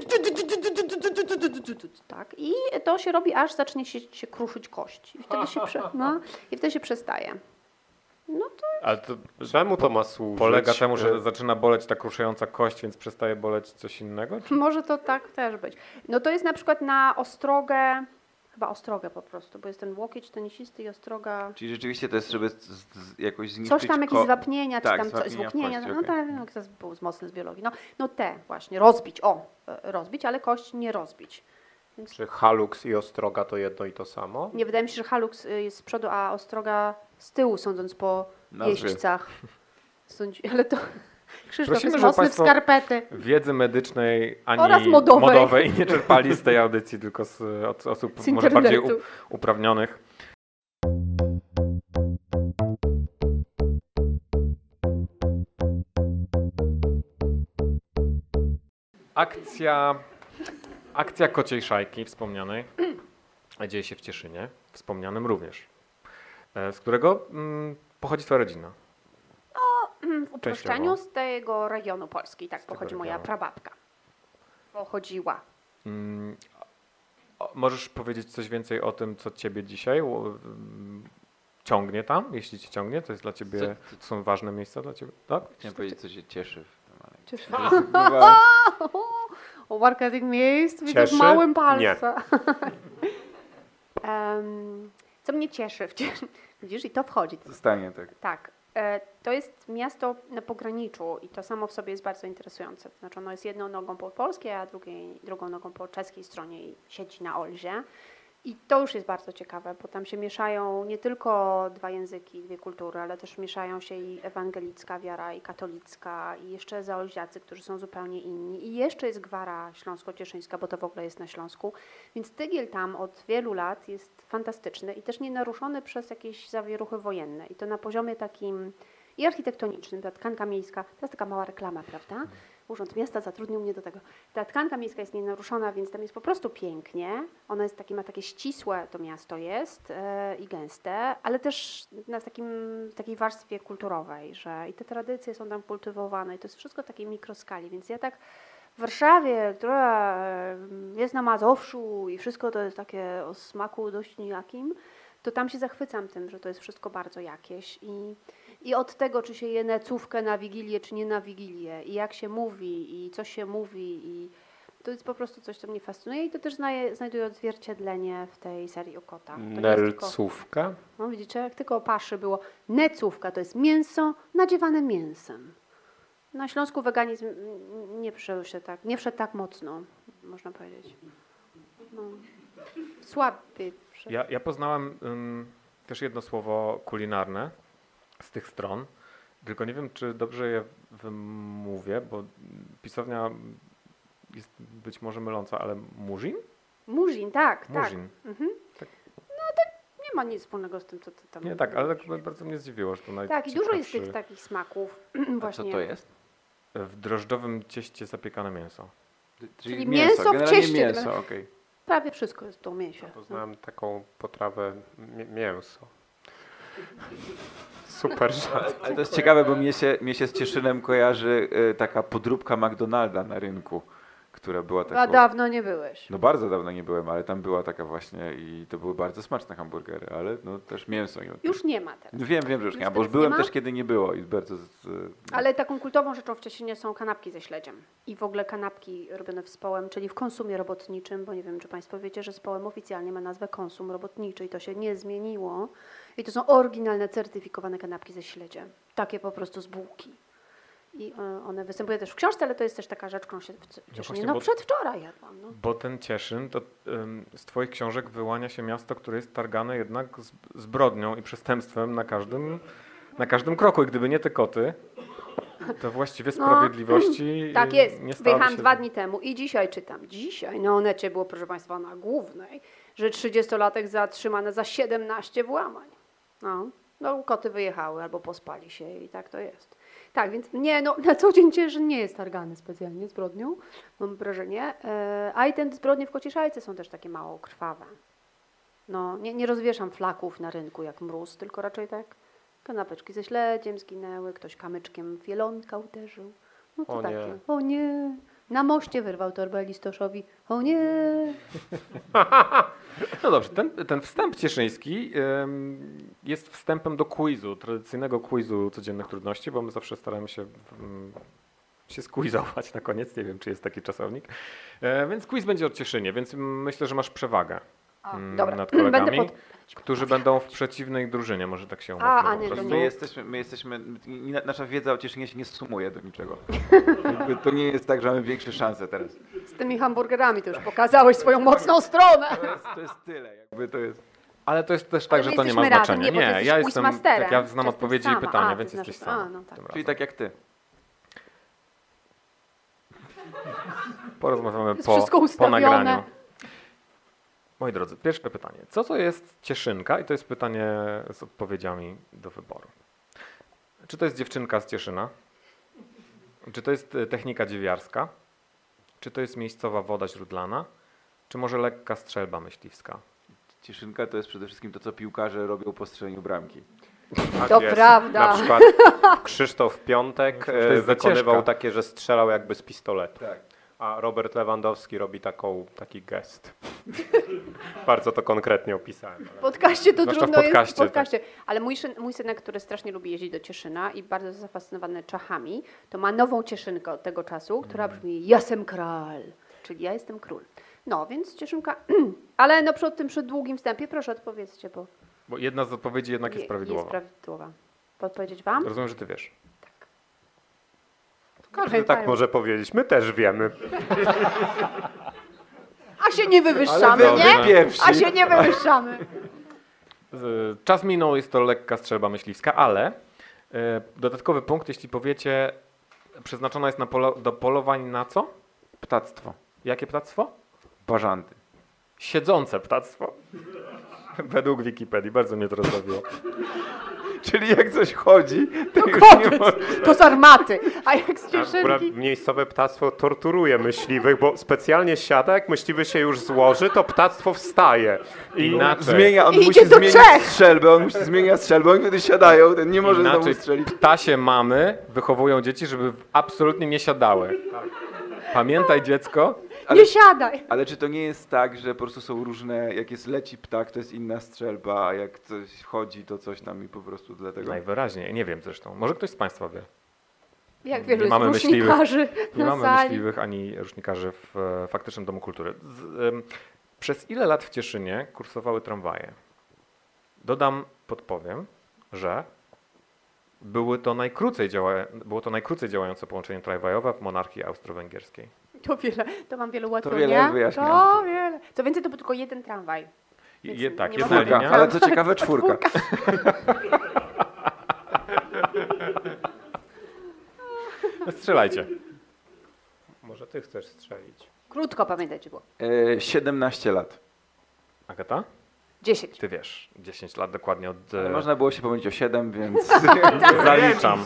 Tak, i to się robi, aż zacznie się kruszyć kość. I wtedy się, i wtedy się przestaje. No to Ale to Czemu to ma służyć? polega temu, że zaczyna boleć ta kruszająca kość, więc przestaje boleć coś innego? może to tak też być. No to jest na przykład na ostrogę, chyba ostrogę po prostu, bo jest ten łokieć tenisisty i ostroga... Czyli rzeczywiście to jest, żeby jakoś zniszczyć... Coś tam, jakieś zwapnienia, tak, czy tam zwapnienia w zwłóknienia, kości, no okej. tak, no, to był mocny z biologii. No te właśnie, rozbić, ale kość nie rozbić. Czy halux i ostroga to jedno i to samo? Nie, wydaje mi się, że halux jest z przodu, a ostroga z tyłu, sądząc po Nazwy. jeźdźcach. Ale to Krzysztof Prosimy, jest żeby mocny państwo- w skarpety. Wiedzy medycznej ani Oraz modowej. nie czerpali z tej audycji, tylko od osób Z może bardziej internetu. uprawnionych. Akcja Kociej Szajki wspomnianej dzieje się w Cieszynie, wspomnianym również, z którego pochodzi twoja rodzina. W uproszczeniu z tego regionu Polski, tak tego pochodzi moja regionu. prababka. Pochodziła. Możesz powiedzieć coś więcej o tym, co ciebie dzisiaj ciągnie tam, jeśli cię ciągnie? To jest dla ciebie, to są ważne miejsca dla ciebie, tak? Chciałem powiedzieć, co się cieszy w tym, ale... Cieszy. To jest bywa- O marketing miejsc widzę w Cieszy? małym Nie. palce. Co mnie cieszy? Widzisz, i to wchodzi. Zostanie tak. Tak. To jest miasto na pograniczu i to samo w sobie jest bardzo interesujące. To znaczy ono jest jedną nogą po polskiej, a drugą nogą po czeskiej stronie i siedzi na Olzie. I to już jest bardzo ciekawe, bo tam się mieszają nie tylko dwa języki, dwie kultury, ale też mieszają się i ewangelicka wiara, i katolicka, i jeszcze zaolziacy, którzy są zupełnie inni. I jeszcze jest gwara śląsko-cieszyńska, bo to w ogóle jest na Śląsku. Więc tygiel tam od wielu lat jest fantastyczny i też nie naruszony przez jakieś zawieruchy wojenne. I to na poziomie takim i architektonicznym. Ta tkanka miejska, teraz taka mała reklama, prawda? Urząd Miasta zatrudnił mnie do tego. Ta tkanka miejska jest nienaruszona, więc tam jest po prostu pięknie. Ona jest ma takie ścisłe, to miasto jest i gęste, ale też na takiej warstwie kulturowej, że i te tradycje są tam kultywowane i to jest wszystko w takiej mikroskali, więc ja tak w Warszawie, która jest na Mazowszu i wszystko to jest takie o smaku dość nijakim, to tam się zachwycam tym, że to jest wszystko bardzo jakieś i od tego, czy się je necówkę na Wigilię, czy nie na Wigilię i jak się mówi i co się mówi i to jest po prostu coś, co mnie fascynuje i to też znajduje odzwierciedlenie w tej serii o kotach. To nie jest tylko, Nelcówka? no widzicie, jak tylko o paszy było. Necówka to jest mięso nadziewane mięsem. Na Śląsku weganizm nie wszedł tak mocno, można powiedzieć. No. Słaby wszedł. Ja poznałem też jedno słowo kulinarne z tych stron, tylko nie wiem, czy dobrze je wymówię, bo pisownia jest być może myląca, ale murzin? Murzin, tak. Murzin. Mhm. Tak. No to nie ma nic wspólnego z tym, co ty tam Nie, tak, ale mówisz. tak bardzo mnie zdziwiło, że to Tak, i dużo jest najciekawszy- tych takich smaków. A co Właśnie. to jest? W drożdżowym cieście zapiekane mięso. Czyli mięso w generalnie cieście. mięso, okej. Prawie wszystko jest w tą mięsie. Poznałem taką potrawę mięso. Super rzadko. Ale to jest ciekawe, bo mnie się z Cieszynem kojarzy taka podróbka McDonalda na rynku, która była A taką... dawno nie byłeś. No bardzo dawno nie byłem, ale tam była taka właśnie i to były bardzo smaczne hamburgery, ale no też mięso. Już nie ma teraz. No wiem, że już nie ma, Już bo już teraz byłem nie ma? też kiedy nie było i bardzo... Ale taką kultową rzeczą w Cieszynie są kanapki ze śledziem. I w ogóle kanapki robione w Społem, czyli w konsumie robotniczym, bo nie wiem, czy Państwo wiecie, że Społem oficjalnie ma nazwę konsum robotniczy i to się nie zmieniło. I to są oryginalne, certyfikowane kanapki ze śledziem. Takie po prostu z bułki. I one występują też w książce, ale to jest też taka rzecz, którą się w Cieszynie, właśnie, no bo- przedwczoraj jadłam. No. Bo ten Cieszyn, to z Twoich książek wyłania się miasto, które jest targane jednak zbrodnią i przestępstwem na każdym kroku. I gdyby nie te koty, to właściwie sprawiedliwości Tak jest. nie stałoby Wyjechałam się. 2 dni temu i dzisiaj czytam. Dzisiaj na Onecie było, proszę Państwa, na głównej, że 30-latek zatrzymany za 17 włamań. No, koty wyjechały albo pospali się i tak to jest. Tak, więc nie, no na co dzień Cieszyn nie jest targany specjalnie zbrodnią, mam wrażenie. A i te zbrodnie w Kociszajce są też takie mało krwawe. No, nie rozwieszam flaków na rynku jak mróz, tylko raczej tak kanapeczki ze śledziem zginęły, ktoś kamyczkiem w jelonka uderzył. No to O takie. nie. O nie. Na moście wyrwał torbę listoszowi. O nie. No dobrze, ten wstęp cieszyński jest wstępem do quizu, tradycyjnego quizu codziennych trudności, bo my zawsze staramy się się squizować na koniec, nie wiem, czy jest taki czasownik. Więc quiz będzie o Cieszynie, więc myślę, że masz przewagę Dobra. nad kolegami, Będę którzy będą w przeciwnej drużynie, może tak się umówmy. a po nie, to prostu. nie. My jesteśmy, nasza wiedza o Cieszynie się nie sumuje do niczego. Jakby to nie jest tak, że mamy większe szanse teraz. Z tymi hamburgerami to już pokazałeś swoją mocną stronę. To jest tyle, jakby to jest... Ale to jest też tak, Ale że my to nie ma jesteśmy razem, znaczenia. nie, bo ty jesteś ja jestem, quizmasterem. tak, ja znam Ja odpowiedzi jestem i pytania, sama. więc Ty jesteś znasz- sama. no tak. tym Czyli razem. tak jak ty. Porozmawiamy Jest po wszystko ustawione. nagraniu. Moi drodzy, pierwsze pytanie. Co to jest cieszynka? I to jest pytanie z odpowiedziami do wyboru. Czy to jest dziewczynka z Cieszyna? Czy to jest technika dziewiarska? Czy to jest miejscowa woda źródlana? Czy może lekka strzelba myśliwska? Cieszynka to jest przede wszystkim to, co piłkarze robią po strzeleniu bramki. Tak To jest. prawda. Na przykład Krzysztof Piątek To jest za wykonywał ciężka. takie, że strzelał jakby z pistoletu. Tak. A Robert Lewandowski robi taki gest. Bardzo to konkretnie opisałem. W podcaście to Zwłaszcza w trudno podcaście, jest w podcaście. Ale mój synek, który strasznie lubi jeździć do Cieszyna i bardzo jest zafascynowany Czechami, to ma nową Cieszynkę od tego czasu, która brzmi Jasem Kral, czyli ja jestem król. No, więc Cieszynka, ale no przy długim wstępie proszę odpowiedzcie, bo Bo jedna z odpowiedzi jednak jest prawidłowa. Jest prawidłowa. Podpowiedzieć Wam? Rozumiem, że ty wiesz. Każdy tak może powiedzieć. My też wiemy. A się nie wywyższamy, Ale wy nie? pierwsi. A się nie wywyższamy. Czas minął, jest to lekka strzelba myśliwska, ale dodatkowy punkt, jeśli powiecie, przeznaczona jest do polowań na co? Ptactwo. Jakie ptactwo? Bażanty. Siedzące ptactwo. Według Wikipedii, bardzo mnie to rozbawiło. Czyli jak coś chodzi, to już nie Koniec. może. To z armaty. A jak z Akurat cieszynki? miejscowe ptactwo torturuje myśliwych, bo specjalnie siada, jak myśliwy się już złoży, to ptactwo wstaje. Zmienia, on I musi idzie do zmienić Czech. strzelbę, on musi zmieniać strzelbę, oni wtedy siadają, ten nie może znowu Inaczej strzelić. ptasie mamy wychowują dzieci, żeby absolutnie nie siadały. Pamiętaj dziecko, Ale- Nie siadaj. Ale czy to nie jest tak, że po prostu są różne, jak jest leci ptak, to jest inna strzelba, a jak coś chodzi, to coś tam i po prostu dlatego... najwyraźniej, nie wiem zresztą, może ktoś z Państwa wie. Jak Nie wielu jest mamy rusznikarzy Nie na mamy sali. myśliwych ani rusznikarzy w faktycznym Domu Kultury. Przez ile lat w Cieszynie kursowały tramwaje? Dodam, podpowiem, że było to najkrócej działające połączenie tramwajowe w monarchii austro-węgierskiej. To mam wiele ułatwień. wiele wyjaśnia. To wiele. Co więcej, to był tylko jeden tramwaj. Więc Tak, nie jedna ma- linia. Ale co ciekawe, czwórka. Strzelajcie. Może ty chcesz strzelić. Krótko pamiętajcie było. 17 lat. Agata? 10. Ty wiesz, 10 lat dokładnie od... Ale można było się pomylić o 7, więc... Zaliczam.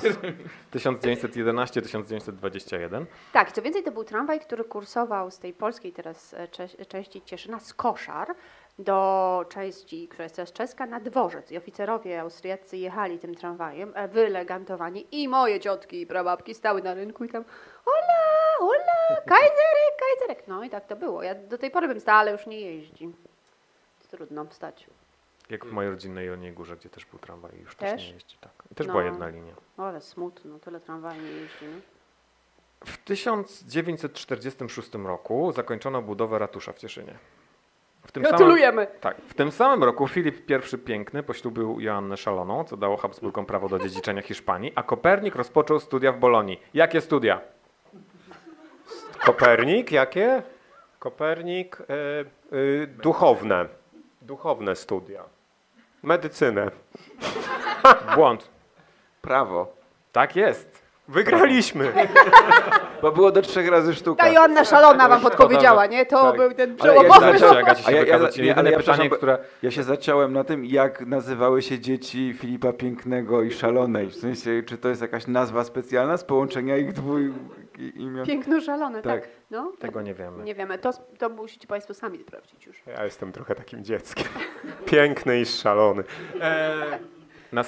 1911-1921. Tak, co więcej, to był tramwaj, który kursował z tej polskiej teraz części Cieszyna z Koszar do części, która jest teraz czeska, na dworzec. I oficerowie austriaccy jechali tym tramwajem, wylegantowani i moje ciotki i prababki stały na rynku i tam hola, hola, kajzerek, kajzerek. No i tak to było. Ja do tej pory bym stała, ale już nie jeździ. Trudno wstać. Jak w mojej rodzinnej Jeleniej Górze, gdzie też był tramwaj i już Też? też nie jeździ. Tak. I też No. była jedna linia. O, ale smutno, tyle tramwaj nie jeździ. No. W 1946 roku zakończono budowę ratusza w Cieszynie. Gratulujemy! W tym samym roku Filip I Piękny poślubił Joannę Szaloną, co dało Habsburgom prawo do dziedziczenia Hiszpanii, a Kopernik rozpoczął studia w Bolonii. Jakie studia? Kopernik, jakie? Kopernik, duchowne. Duchowne studia. Medycynę. Błąd. Prawo. Tak jest. Wygraliśmy. Bo było do 3 razy sztuka. Ta Joanna Szalona wam podpowiedziała, nie? To Tak. był ten Ale ja przełomowy. znaczy- Agacie się A ja- wykazać. nie, Jedyne ale ja pytanie, przepraszam, które... Ja się zaciąłem na tym, jak nazywały się dzieci Filipa Pięknego i Szalonej. W sensie, czy to jest jakaś nazwa specjalna z połączenia ich imion? Piękno szalone, tak. Tak. No, Tego nie wiemy. nie wiemy. To musicie Państwo sami sprawdzić już. Ja jestem trochę takim dzieckiem. Piękny i szalony. Na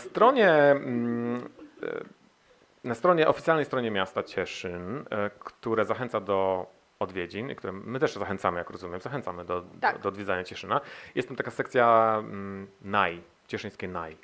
stronie, oficjalnej stronie miasta Cieszyn, które zachęca do odwiedzin, i które my też zachęcamy, jak rozumiem, zachęcamy Tak. do odwiedzania Cieszyna. Jest tam taka sekcja NAI, cieszyńskie NAI.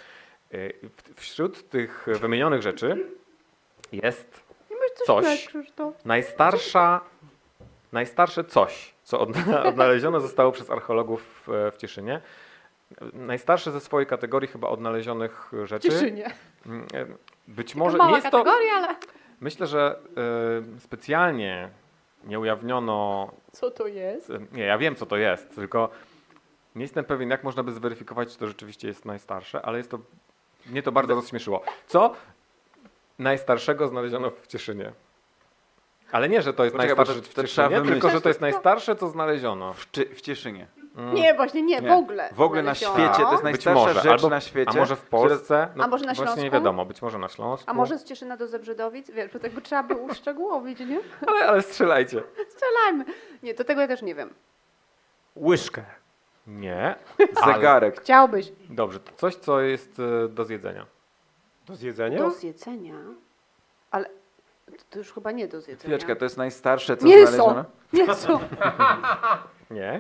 Wśród tych wymienionych rzeczy jest Nie możesz coś Coś. dać, Krzysztof. najstarsze coś, co odnalezione zostało przez archeologów w Cieszynie. Najstarsze ze swojej kategorii chyba odnalezionych rzeczy. Cieszynie. Być Może może mała nie jest to. kategoria, ale Myślę, że specjalnie nie ujawniono. co to jest? Nie, ja wiem co to jest, tylko nie jestem pewien, jak można by zweryfikować, czy to rzeczywiście jest najstarsze, ale jest to. Mnie to bardzo rozśmieszyło. Co najstarszego znaleziono w Cieszynie? Ale nie, że to jest Poczekaj, bo najstarsze to w trzeba Cieszynie, tylko wymyślić. że to jest najstarsze, co znaleziono. W Cieszynie. Nie, właśnie nie, w ogóle. W ogóle na znaleziono. świecie, to jest Być najstarsza może, rzecz albo, na świecie. a może w która- Polsce, A może na właśnie nie Śląsku? wiadomo, być może na Śląsku. A może z Cieszyna do Zebrzydowic? Wiesz, bo tak by trzeba by uszczegółowić, nie? Ale strzelajcie. Strzelajmy. Nie, to tego ja też nie wiem. Łyżkę. Nie. ale- Zegarek. Chciałbyś. Dobrze, to coś, co jest do zjedzenia. Do zjedzenia? Do zjedzenia? Ale to już chyba nie do zjedzenia. Chwileczkę, to jest najstarsze, co Mięso. znaleziono? Mięso. Nie.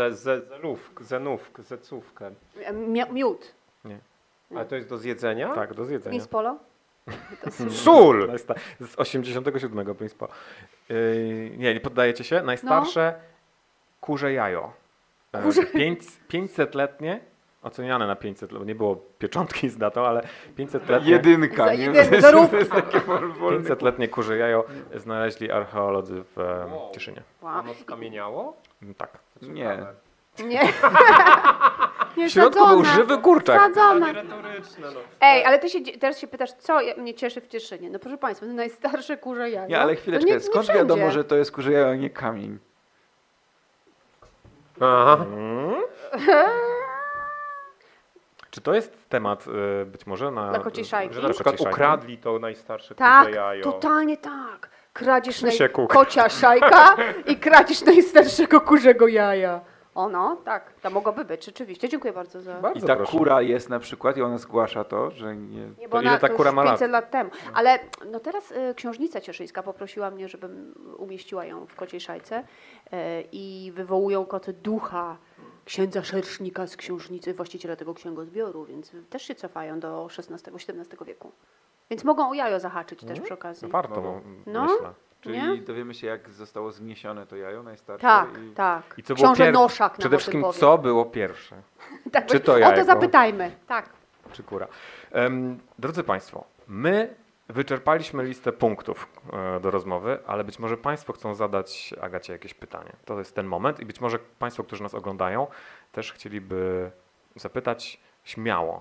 Zecówkę. Miód. Ale to jest do zjedzenia? Tak, do zjedzenia. Miss Polo? Sól! Z 87 Państwa. Nie poddajecie się. Najstarsze kurze jajo. Kurze- 500-letnie, oceniane na 500, bo nie było pieczątki z datą, ale 500-letnie, Jedynka, Za nie? jedynkę, To zarówka. jest takie wolne. 500-letnie kurze jajo znaleźli archeolodzy w Cieszynie. Wow. Ono skamieniało? Tak. Nie. Nie. Nie, W środku był sadzone. żywy kurczak. Sadzone. Retoryczne, no. Ej, ale ty teraz się pytasz, co mnie cieszy w Cieszynie? No proszę Państwa, najstarsze kurze jajo. Nie, ale To chwileczkę, nie skąd wszędzie. wiadomo, że to jest kurze jajo, a nie kamień? Aha. Czy to jest temat być może Dla kociej szajki? Że na przykład kociej szajki? ukradli to najstarsze Tak, kurze jajo. totalnie tak. Kradzież Krzysiek kocia szajka i kradzież najstarszego kurzego jaja. O no, tak, to mogłoby być, rzeczywiście. Dziękuję bardzo za... I Bardzo ta proszę. kura jest na przykład i ona zgłasza to, że nie... Nie, To bo ile ona ta to kura już ma lat? 500 lat temu. Ale no teraz księżniczka cieszyńska poprosiła mnie, żebym umieściła ją w kociej szajce i wywołują koty ducha księdza szersznika z księżnicy, właściciela tego księgozbioru, więc też się cofają do XVI-XVII wieku. Więc mogą o jajo zahaczyć też przy okazji. Warto, No. myślę. Czyli Nie? dowiemy się, jak zostało zniesione to jajo najstarsze. Tak, i... tak. I co było Książę Noszak nam Przede o tym wszystkim, powie. co było pierwsze? Tak, czy to o jajko? to zapytajmy. Tak. Czy kura? Drodzy Państwo, my wyczerpaliśmy listę punktów do rozmowy, ale być może Państwo chcą zadać Agacie jakieś pytanie. To jest ten moment i być może Państwo, którzy nas oglądają, też chcieliby zapytać śmiało.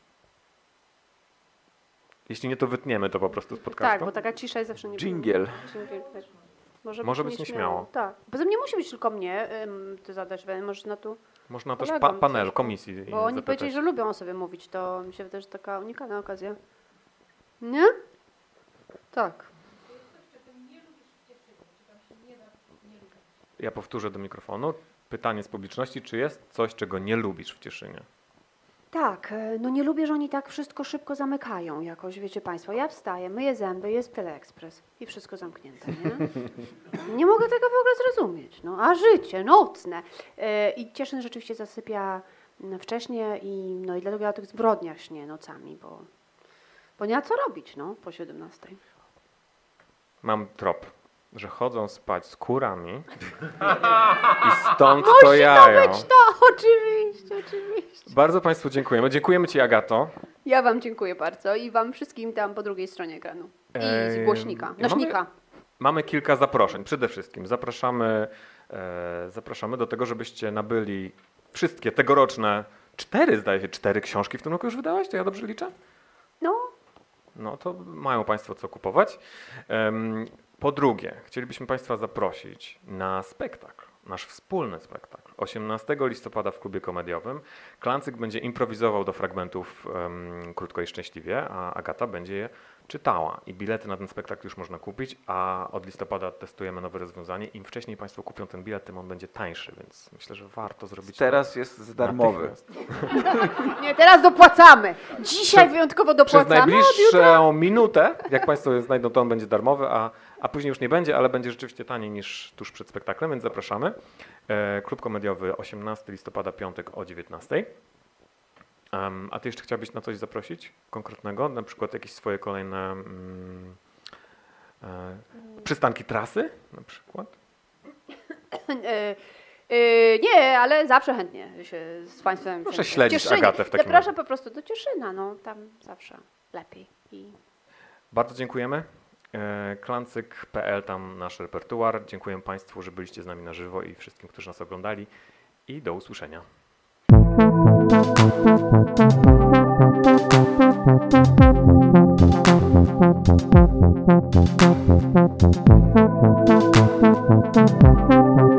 Jeśli nie, to wytniemy to po prostu z podcastu. Tak, bo taka cisza jest zawsze nie. Dżingiel. Tak. Może być nieśmiało. Tak. Poza tym nie musi być tylko mnie, ty zadać, możesz na tu, Można też kolegom panel, coś, komisji bo oni zapytać. powiedzieli, że lubią o sobie mówić, to mi się wydaje, że taka unikalna okazja. Nie? Tak. Ja powtórzę do mikrofonu. Pytanie z publiczności, czy jest coś, czego nie lubisz w Cieszynie? Tak, no nie lubię, że oni tak wszystko szybko zamykają jakoś, wiecie Państwo. Ja wstaję, myję zęby, jest Teleekspres i wszystko zamknięte, nie? Nie mogę tego w ogóle zrozumieć, no. A życie, nocne. I Cieszyn rzeczywiście zasypia wcześniej no i dlatego ja o tych zbrodniach śnię nocami, bo nie ma co robić, no, po 17. Mam trop, że chodzą spać z kurami i stąd to jajo. Być to, oczywiście. Bardzo Państwu dziękujemy. Dziękujemy Ci, Agato. Ja Wam dziękuję bardzo i Wam wszystkim tam po drugiej stronie ekranu. I z głośnika, nośnika. Mamy kilka zaproszeń. Przede wszystkim zapraszamy do tego, żebyście nabyli wszystkie tegoroczne 4 książki w tym roku już wydałaś? To ja dobrze liczę? No to mają Państwo co kupować. Po drugie, chcielibyśmy Państwa zaprosić na spektakl, nasz wspólny spektakl. 18 listopada w klubie komediowym. Klancyk będzie improwizował do fragmentów Krótko i Szczęśliwie, a Agata będzie je czytała. I bilety na ten spektakl już można kupić, a od listopada testujemy nowe rozwiązanie. Im wcześniej Państwo kupią ten bilet, tym on będzie tańszy, więc myślę, że warto zrobić Teraz jest darmowy. Nie, teraz dopłacamy. Dzisiaj wyjątkowo Przez dopłacamy. najbliższą minutę, jak Państwo je znajdą, to on będzie darmowy, a później już nie będzie, ale będzie rzeczywiście taniej niż tuż przed spektaklem, więc zapraszamy. Klub komediowy 18 listopada, piątek o 19. A Ty jeszcze chciałbyś na coś zaprosić konkretnego? Na przykład jakieś swoje kolejne przystanki trasy na przykład? Nie, ale zawsze chętnie się z Państwem... Proszę śledzić Cieszynie. Agatę w takim Zapraszam razie. po prostu do Cieszyna, no tam zawsze lepiej. Bardzo dziękujemy. Klancyk.pl, tam nasz repertuar. Dziękuję Państwu, że byliście z nami na żywo i wszystkim, którzy nas oglądali. I do usłyszenia. Thank you.